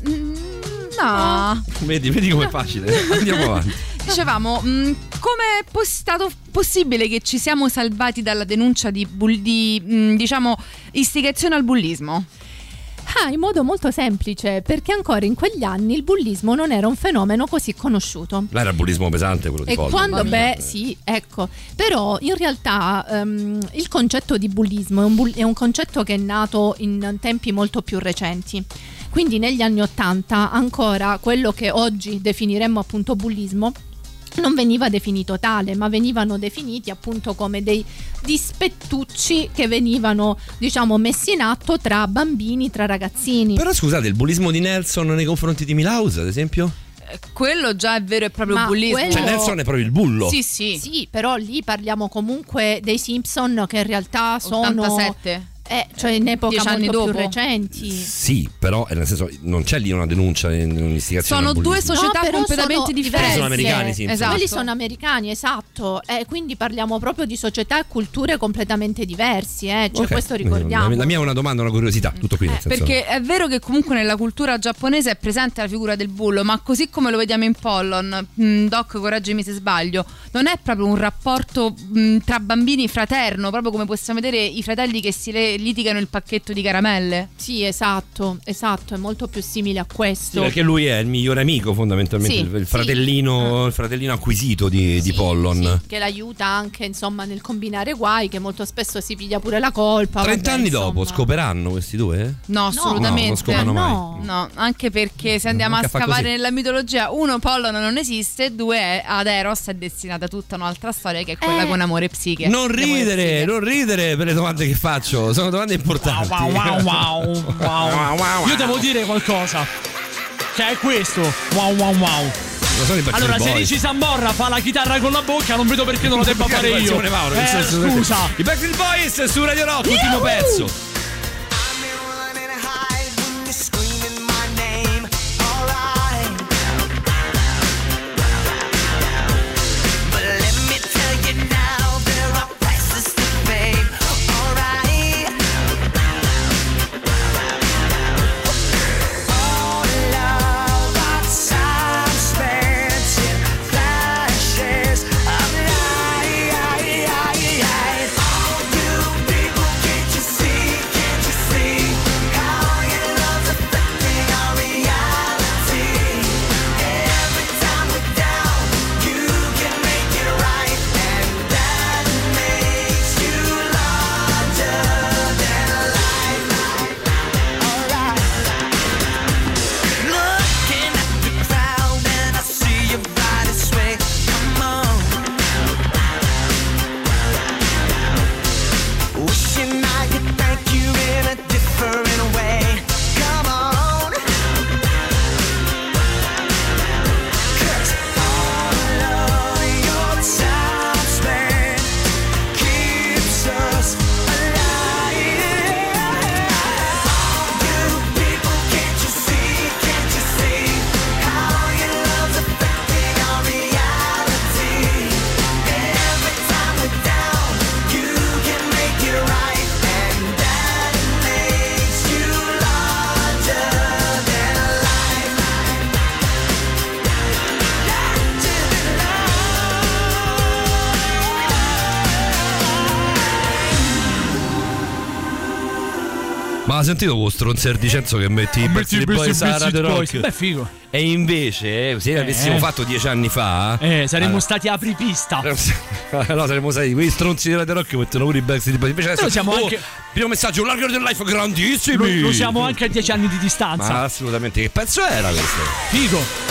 No. Vedi com'è facile. Andiamo avanti. Dicevamo, come è stato possibile che ci siamo salvati dalla denuncia di diciamo istigazione al bullismo? In modo molto semplice, perché ancora in quegli anni il bullismo non era un fenomeno così conosciuto. Là era il bullismo pesante quello di Pollo. E quando sì, ecco. Però in realtà il concetto di bullismo è un concetto che è nato in tempi molto più recenti. Quindi negli anni '80 ancora quello che oggi definiremmo appunto bullismo non veniva definito tale, ma venivano definiti appunto come dei dispettucci che venivano, diciamo, messi in atto tra bambini, tra ragazzini. Però scusate, il bullismo di Nelson nei confronti di Milhouse, ad esempio? Quello già è vero e proprio bullismo. Cioè Nelson è proprio il bullo. Sì, però lì parliamo comunque dei Simpson, che in realtà sono 87. Cioè in epoca 10 anni molto dopo. più recenti. Sì, però nel senso non c'è lì una denuncia, un'istigazione. Sono due società completamente differenti. Sono americani, sì. Esatto. Quelli sono americani, esatto. Quindi parliamo proprio di società e culture completamente diversi. Cioè questo ricordiamo. La mia è una domanda, una curiosità, tutto qui. Nel senso. Perché è vero che comunque nella cultura giapponese è presente la figura del bullo, ma così come lo vediamo in Pollon, Doc, correggimi se sbaglio, non è proprio un rapporto tra bambini fraterno, proprio come possiamo vedere i fratelli che si litigano il pacchetto di caramelle. Sì, esatto, è molto più simile a questo. Sì, perché lui è il migliore amico fondamentalmente, il fratellino acquisito di Pollon. Sì, che l'aiuta anche insomma nel combinare guai, che molto spesso si piglia pure la colpa. 30 anni dopo scoperanno questi due? No, assolutamente. Non scopano mai. No, anche perché se andiamo a scavare nella mitologia, 1, Pollon non esiste, 2, ad Eros è destinata tutta un'altra storia, che è quella con amore e psiche. Non ridere per le domande che faccio, sono domande importanti. Wow. Io devo dire qualcosa, che è questo. Wow. Allora, se Ricci Sambora fa la chitarra con la bocca, non vedo perché non lo debba fare io. Scusa. I Backstreet Boys su Radio Rock, ultimo pezzo. See Ma sentito con stronzerdicenzo che metti i Backstreet Boys a Radio Rock? Beh, figo. E invece, se l'avessimo fatto 10 anni fa, saremmo stati apripista. No, saremmo stati quei stronzi di Radio Rock che mettono pure i Backstreet Boys. Invece adesso siamo anche. Primo messaggio, Larger Than Life, grandissimi. Lo siamo anche a 10 anni di distanza. Ma assolutamente. Che pezzo era questo? Figo.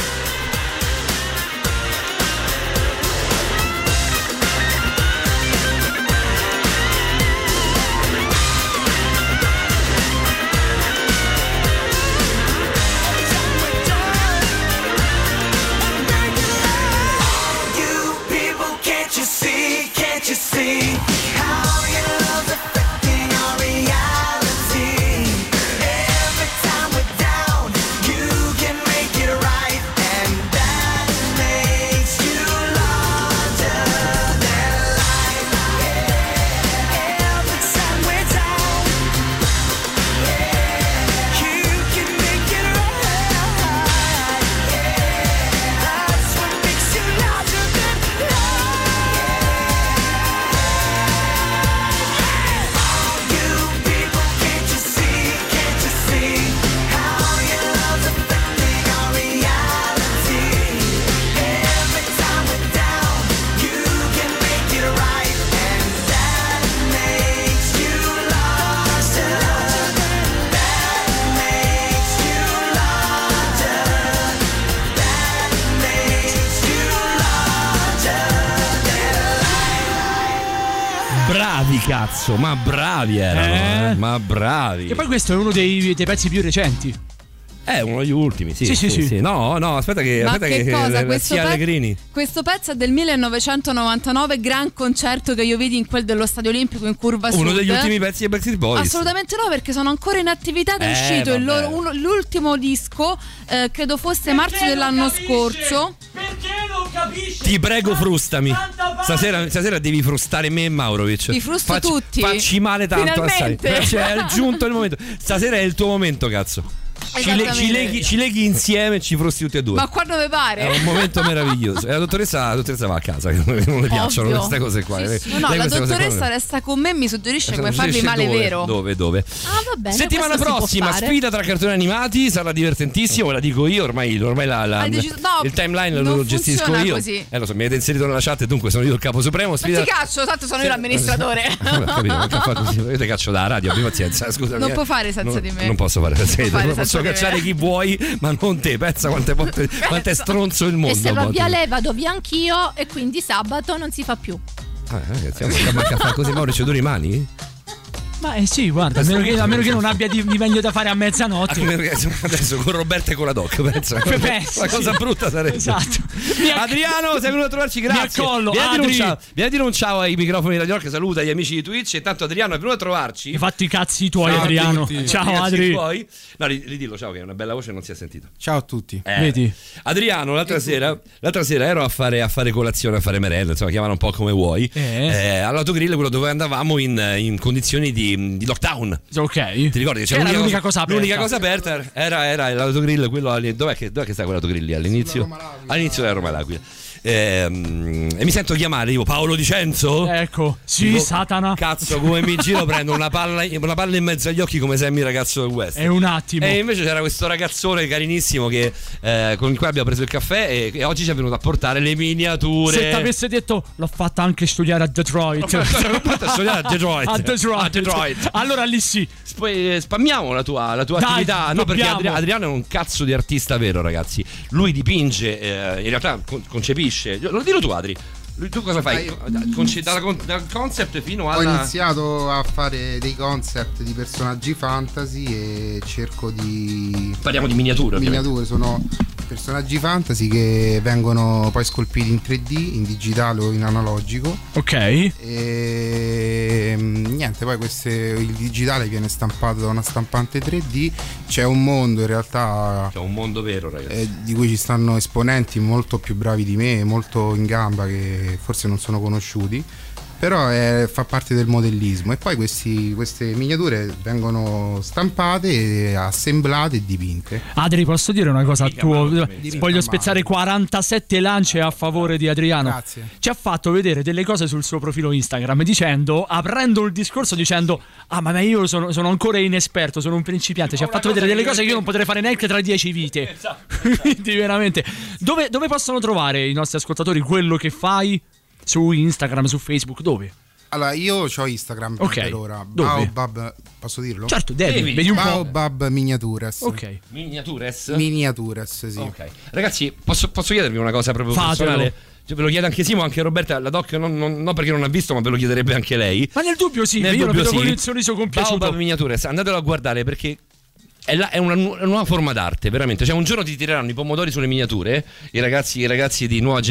Cazzo, ma bravi erano, ma bravi. E poi questo è uno dei pezzi più recenti. Uno degli ultimi, sì. No, aspetta che cosa? Allegrini. Questo pezzo è del 1999, gran concerto che io vidi in quel dello Stadio Olimpico in Curva Sud. Uno degli ultimi pezzi di Backstreet Boys. Assolutamente no, perché sono ancora in attività ed è uscito l'ultimo disco, credo fosse marzo dell'anno scorso. Perché non capisci? Ti prego, frustami. Stasera devi frustare me e Maurovic. Vi frusto tutti. Facci male tanto. Finalmente. È giunto il momento. Stasera è il tuo momento, cazzo. Ci leghi insieme e ci frusti tutti e due. Ma quando mi pare. È un momento meraviglioso. E la dottoressa va a casa, che non le piacciono queste cose qua. No, la dottoressa resta con me e mi suggerisce come farvi male vero. Dove? Ah, va bene. Settimana prossima sfida tra cartoni animati, sarà divertentissimo, ve la dico io, ormai il timeline lo gestisco io. Così. Lo so, mi avete inserito nella chat e dunque sono io il capo supremo. Ma ti caccio, tanto sono io l'amministratore. Capito, io ti caccio dalla radio, abbi pazienza, scusami. Non puoi fare senza di me. Non posso fare senza di te. Posso cacciare chi vuoi, ma non te. Pensa quante volte quanto è stronzo il mondo. E se va via lei vado via anch'io e quindi sabato non si fa più. Ragazzi, a fare così, Mauro, tu rimani? Ma sì, guarda, a meno che non abbia di meglio da fare a mezzanotte. Adesso con Roberta e con la Doc, pensa. La cosa brutta sarebbe. Esatto. Adriano, sei venuto a trovarci, grazie. Vieni a dire un ciao ai microfoni di Radio Rock, saluta gli amici di Twitch. Intanto Adriano è venuto a trovarci. Hai fatto i cazzi tuoi, Adriano. Ciao Adri. No, ridillo ciao, che è una bella voce e non si è sentito. Ciao a tutti. Vedi? Adriano, l'altra sera ero a fare colazione, a fare merenda, insomma, chiamala un po' come vuoi. All'autogrill, quello dove andavamo in condizioni di lockdown. Ok. Ti ricordi che c'era l'unica cosa aperta? L'unica cosa aperta era l'autogrill, quello dov'è che sta quell'autogrill lì all'inizio? All'inizio della Roma l'Aquila. E mi sento chiamare, dico Paolo Dicenzo? Ecco, sì, dico, Satana. Cazzo, come mi giro prendo una palla in mezzo agli occhi come Sammy, ragazzo del West. È un attimo. E invece c'era questo ragazzone carinissimo che con il quale abbiamo preso il caffè e oggi ci è venuto a portare le miniature. Se ti avesse detto l'ho fatta anche studiare a Detroit. L'ho fatta studiare a Detroit. A Detroit. Allora lì sì. Spammiamo la tua attività. No, perché Adriano è un cazzo di artista vero, ragazzi. Lui dipinge, in realtà concepisce. Lo dillo tu, Adri. Tu cosa fai? Dal concept fino alla... Ho iniziato a fare dei concept di personaggi fantasy e cerco di... Parliamo di miniature. Miniature, sono personaggi fantasy che vengono poi scolpiti in 3D, in digitale o in analogico. Ok. E niente, poi il digitale viene stampato da una stampante 3D. C'è un mondo in realtà... C'è un mondo vero, ragazzi. Di cui ci stanno esponenti molto più bravi di me, molto in gamba, che forse non sono conosciuti. Però fa parte del modellismo. E poi queste miniature vengono stampate, assemblate e dipinte. Adri, posso dire una cosa? Voglio spezzare 47 lance a favore di Adriano. Grazie. Ci ha fatto vedere delle cose sul suo profilo Instagram dicendo, aprendo il discorso dicendo: ah, ma io sono ancora inesperto, sono un principiante. Ci ha fatto vedere delle cose che io non potrei fare neanche tra 10 vite. Quindi veramente dove possono trovare i nostri ascoltatori quello che fai? Su Instagram, su Facebook, dove? Allora, io ho Instagram per ora. Baobab, posso dirlo? Certo, vedi un po'. Baobab Miniatures. Ok. Miniatures, sì. Ok. Ragazzi, posso chiedervi una cosa proprio personale? Ve lo chiede anche Simo, anche Roberta, la doc non perché non ha visto, ma ve lo chiederebbe anche lei. Ma nel dubbio sì, io lo vedo con il sorriso compiaciuto. Baobab Miniatures, andatelo a guardare perché è una nuova forma d'arte, veramente. Cioè, un giorno ti tireranno i pomodori sulle miniature, i ragazzi di nuova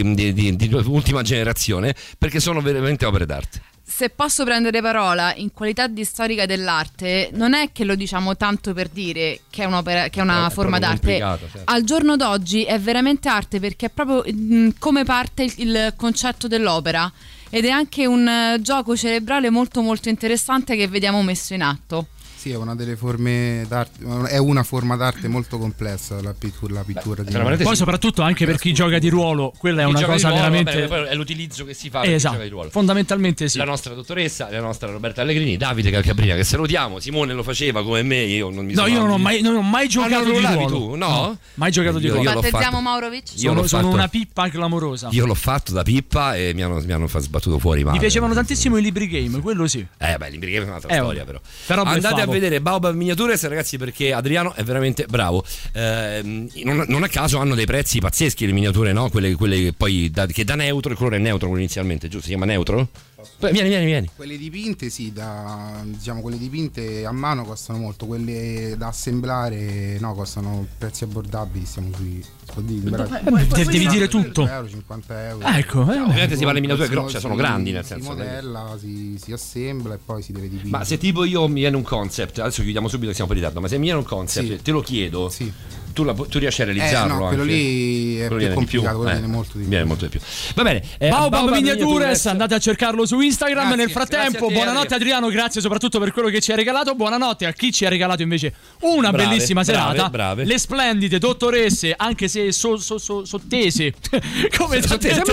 di ultima generazione, perché sono veramente opere d'arte. Se posso prendere parola in qualità di storica dell'arte, non è che lo diciamo tanto per dire che è un'opera, che è una forma d'arte. Certo. Al giorno d'oggi è veramente arte perché è proprio come parte il concetto dell'opera, ed è anche un gioco cerebrale molto molto interessante che vediamo messo in atto. Sì, è una delle forme d'arte, è una forma d'arte molto complessa la pittura di poi soprattutto anche per chi gioca di ruolo, quella è una cosa veramente è l'utilizzo che si fa per esatto, chi gioca di ruolo. Fondamentalmente sì. La nostra dottoressa, la nostra Roberta Allegrini, Davide Calcabrina che salutiamo, Simone lo faceva come me, io non mi sono. No, io non ho mai giocato di ruolo. Tu? No? Mai giocato di ruolo. Battezziamo Maurovic. Sono una pippa clamorosa. Io l'ho fatto da pippa e mi hanno sbattuto fuori male. Mi piacevano tantissimo i libri game, quello sì. I libri game è un'altra storia però andate a vedere Baobab Miniatures, ragazzi, perché Adriano è veramente bravo. Non a caso hanno dei prezzi pazzeschi le miniature, no? Quelle che poi che da neutro, il colore è neutro inizialmente, giusto? Si chiama neutro? Vieni. Quelle dipinte quelle dipinte a mano costano molto, quelle da assemblare costano prezzi abbordabili, siamo sui devi dire tutto. 50 euro. Ecco, ovviamente si parla di miniature grosse, sono grandi, nel senso. Si modella, si assembla e poi si deve dipingere. Ma se tipo io mi viene un concept, adesso chiudiamo subito che siamo un po' in ritardo, ma se mi viene un concept, te lo chiedo. Sì. Tu riesci a realizzarlo? No, quello lì è più complicato, quello viene molto di più. Va bene. Baobab Miniatures, andate a cercarlo su Instagram. Grazie, nel frattempo, buonanotte Adriano, grazie soprattutto per quello che ci hai regalato. Buonanotte a chi ci ha regalato invece una bellissima serata. Brave. Le splendide dottoresse, anche se sottese, come ti ho detto,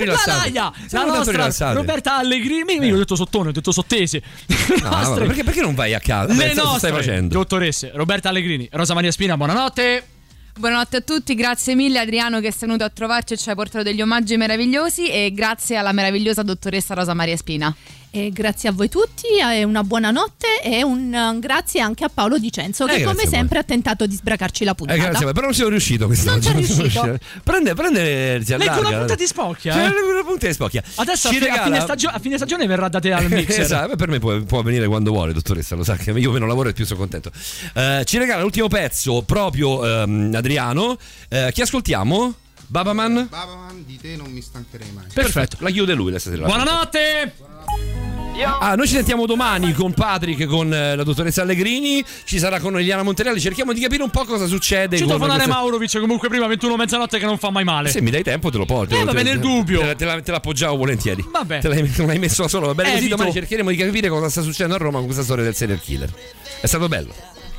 la nostra Roberta Allegrini. Io ho detto sottone, ho detto sottese. Perché non vai a casa? Le nostre dottoresse Roberta Allegrini, Rosa Maria Spina, buonanotte. Buonanotte a tutti, grazie mille Adriano che sei venuto a trovarci e ci hai portato degli omaggi meravigliosi, e grazie alla meravigliosa dottoressa Rosa Maria Spina. E grazie a voi tutti, e una buona notte, e un grazie anche a Paolo Dicenzo che come sempre ha tentato di sbracarci la puntata. Grazie, però non sono riuscito quest'oggi. Non c'è riuscito. Prende leggo una punta di spocchia. Una punta di spocchia. Adesso a fine stagione verrà da te al mixer. Esatto, per me può venire quando vuole, dottoressa, lo sa che io meno lavoro e più sono contento. Ci regala l'ultimo pezzo proprio Adriano. Chi ascoltiamo? Babaman di te non mi stancherei mai. Perfetto, la chiude lui stasera. Buonanotte. Noi ci sentiamo domani con Patrick, con la dottoressa Allegrini. Ci sarà con Eliana Monterelli. Cerchiamo di capire un po' cosa succede. Ci telefonare Maurovic comunque prima 21 mezzanotte, che non fa mai male. Se mi dai tempo te lo porto. Va bene, il dubbio. Te l'appoggiavo volentieri. Vabbè. Non l'hai messo da solo. Va bene così. Domani cercheremo di capire cosa sta succedendo a Roma con questa storia del serial killer. È stato bello.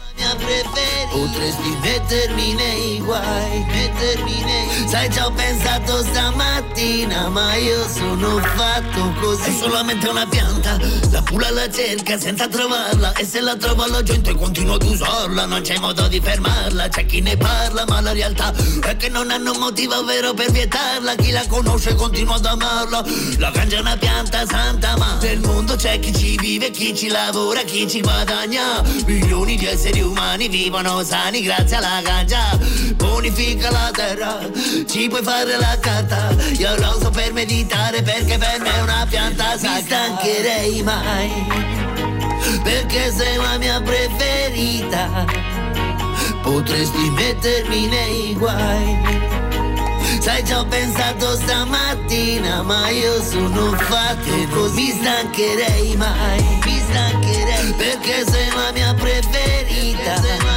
Potresti mettermi nei guai, sai, ci ho pensato stamattina, ma io sono fatto così. È solamente una pianta, la pula la cerca senza trovarla, e se la trova la gente continua ad usarla. Non c'è modo di fermarla, c'è chi ne parla, ma la realtà è che non hanno motivo vero per vietarla. Chi la conosce continua ad amarla. La ganja è una pianta santa, ma nel mondo c'è chi ci vive, chi ci lavora, chi ci guadagna. Milioni di esseri umani vivono sani grazie alla ganja. Bonifica la terra, ci puoi fare la carta. Io la uso per meditare perché per me è una pianta sacra. Mi stancherei mai perché sei la mia preferita. Potresti mettermi nei guai, sai, ci ho pensato stamattina, ma io sono fatto così. Mi stancherei mai, perché sei la mia preferita.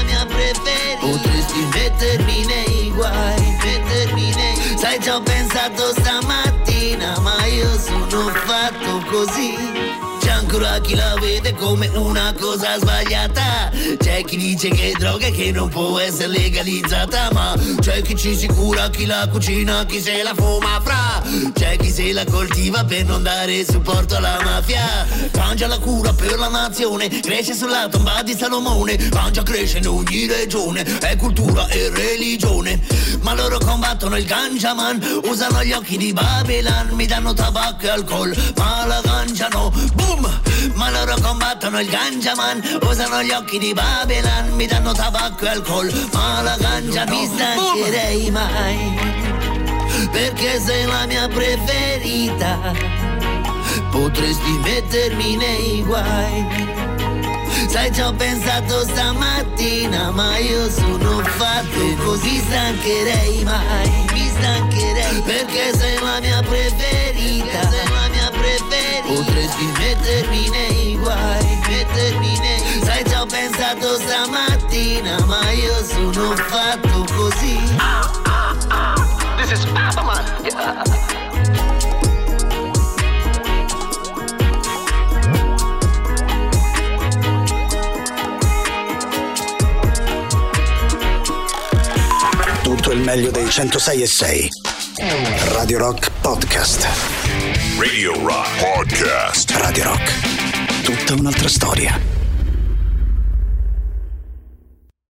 Potresti mettermi nei guai, sai, ci ho pensato stamattina, ma io sono fatto così. C'è ancora chi la vede come una cosa sbagliata. C'è chi dice che è droga e che non può essere legalizzata. Ma c'è chi ci si cura, chi la cucina, chi se la fuma fra. C'è chi se la coltiva per non dare supporto alla mafia. Ganja la cura per la nazione, cresce sulla tomba di Salomone. Ganja cresce in ogni regione, è cultura e religione. Ma loro combattono il ganjaman, usano gli occhi di Babylon. Mi danno tabacco e alcol, ma la ganja no. Boom! Ma loro combattono il ganjaman, usano gli occhi di Babylon. Mi danno tabacco e alcol, ma la ganja mi stancherei mai. Perché sei la mia preferita, potresti mettermi nei guai. Sai, ci ho pensato stamattina, ma io sono fatto così, stancherei mai, mi stancherei. Perché sei la mia preferita, sei la mia preferita, potresti mettermi nei guai, mettermi nei guai. Sai, ci ho pensato stamattina, ma io sono fatto così. This is Papa Man. Yeah. Tutto il meglio dei 106.6 Radio Rock Podcast. Radio Rock Podcast. Radio Rock, tutta un'altra storia.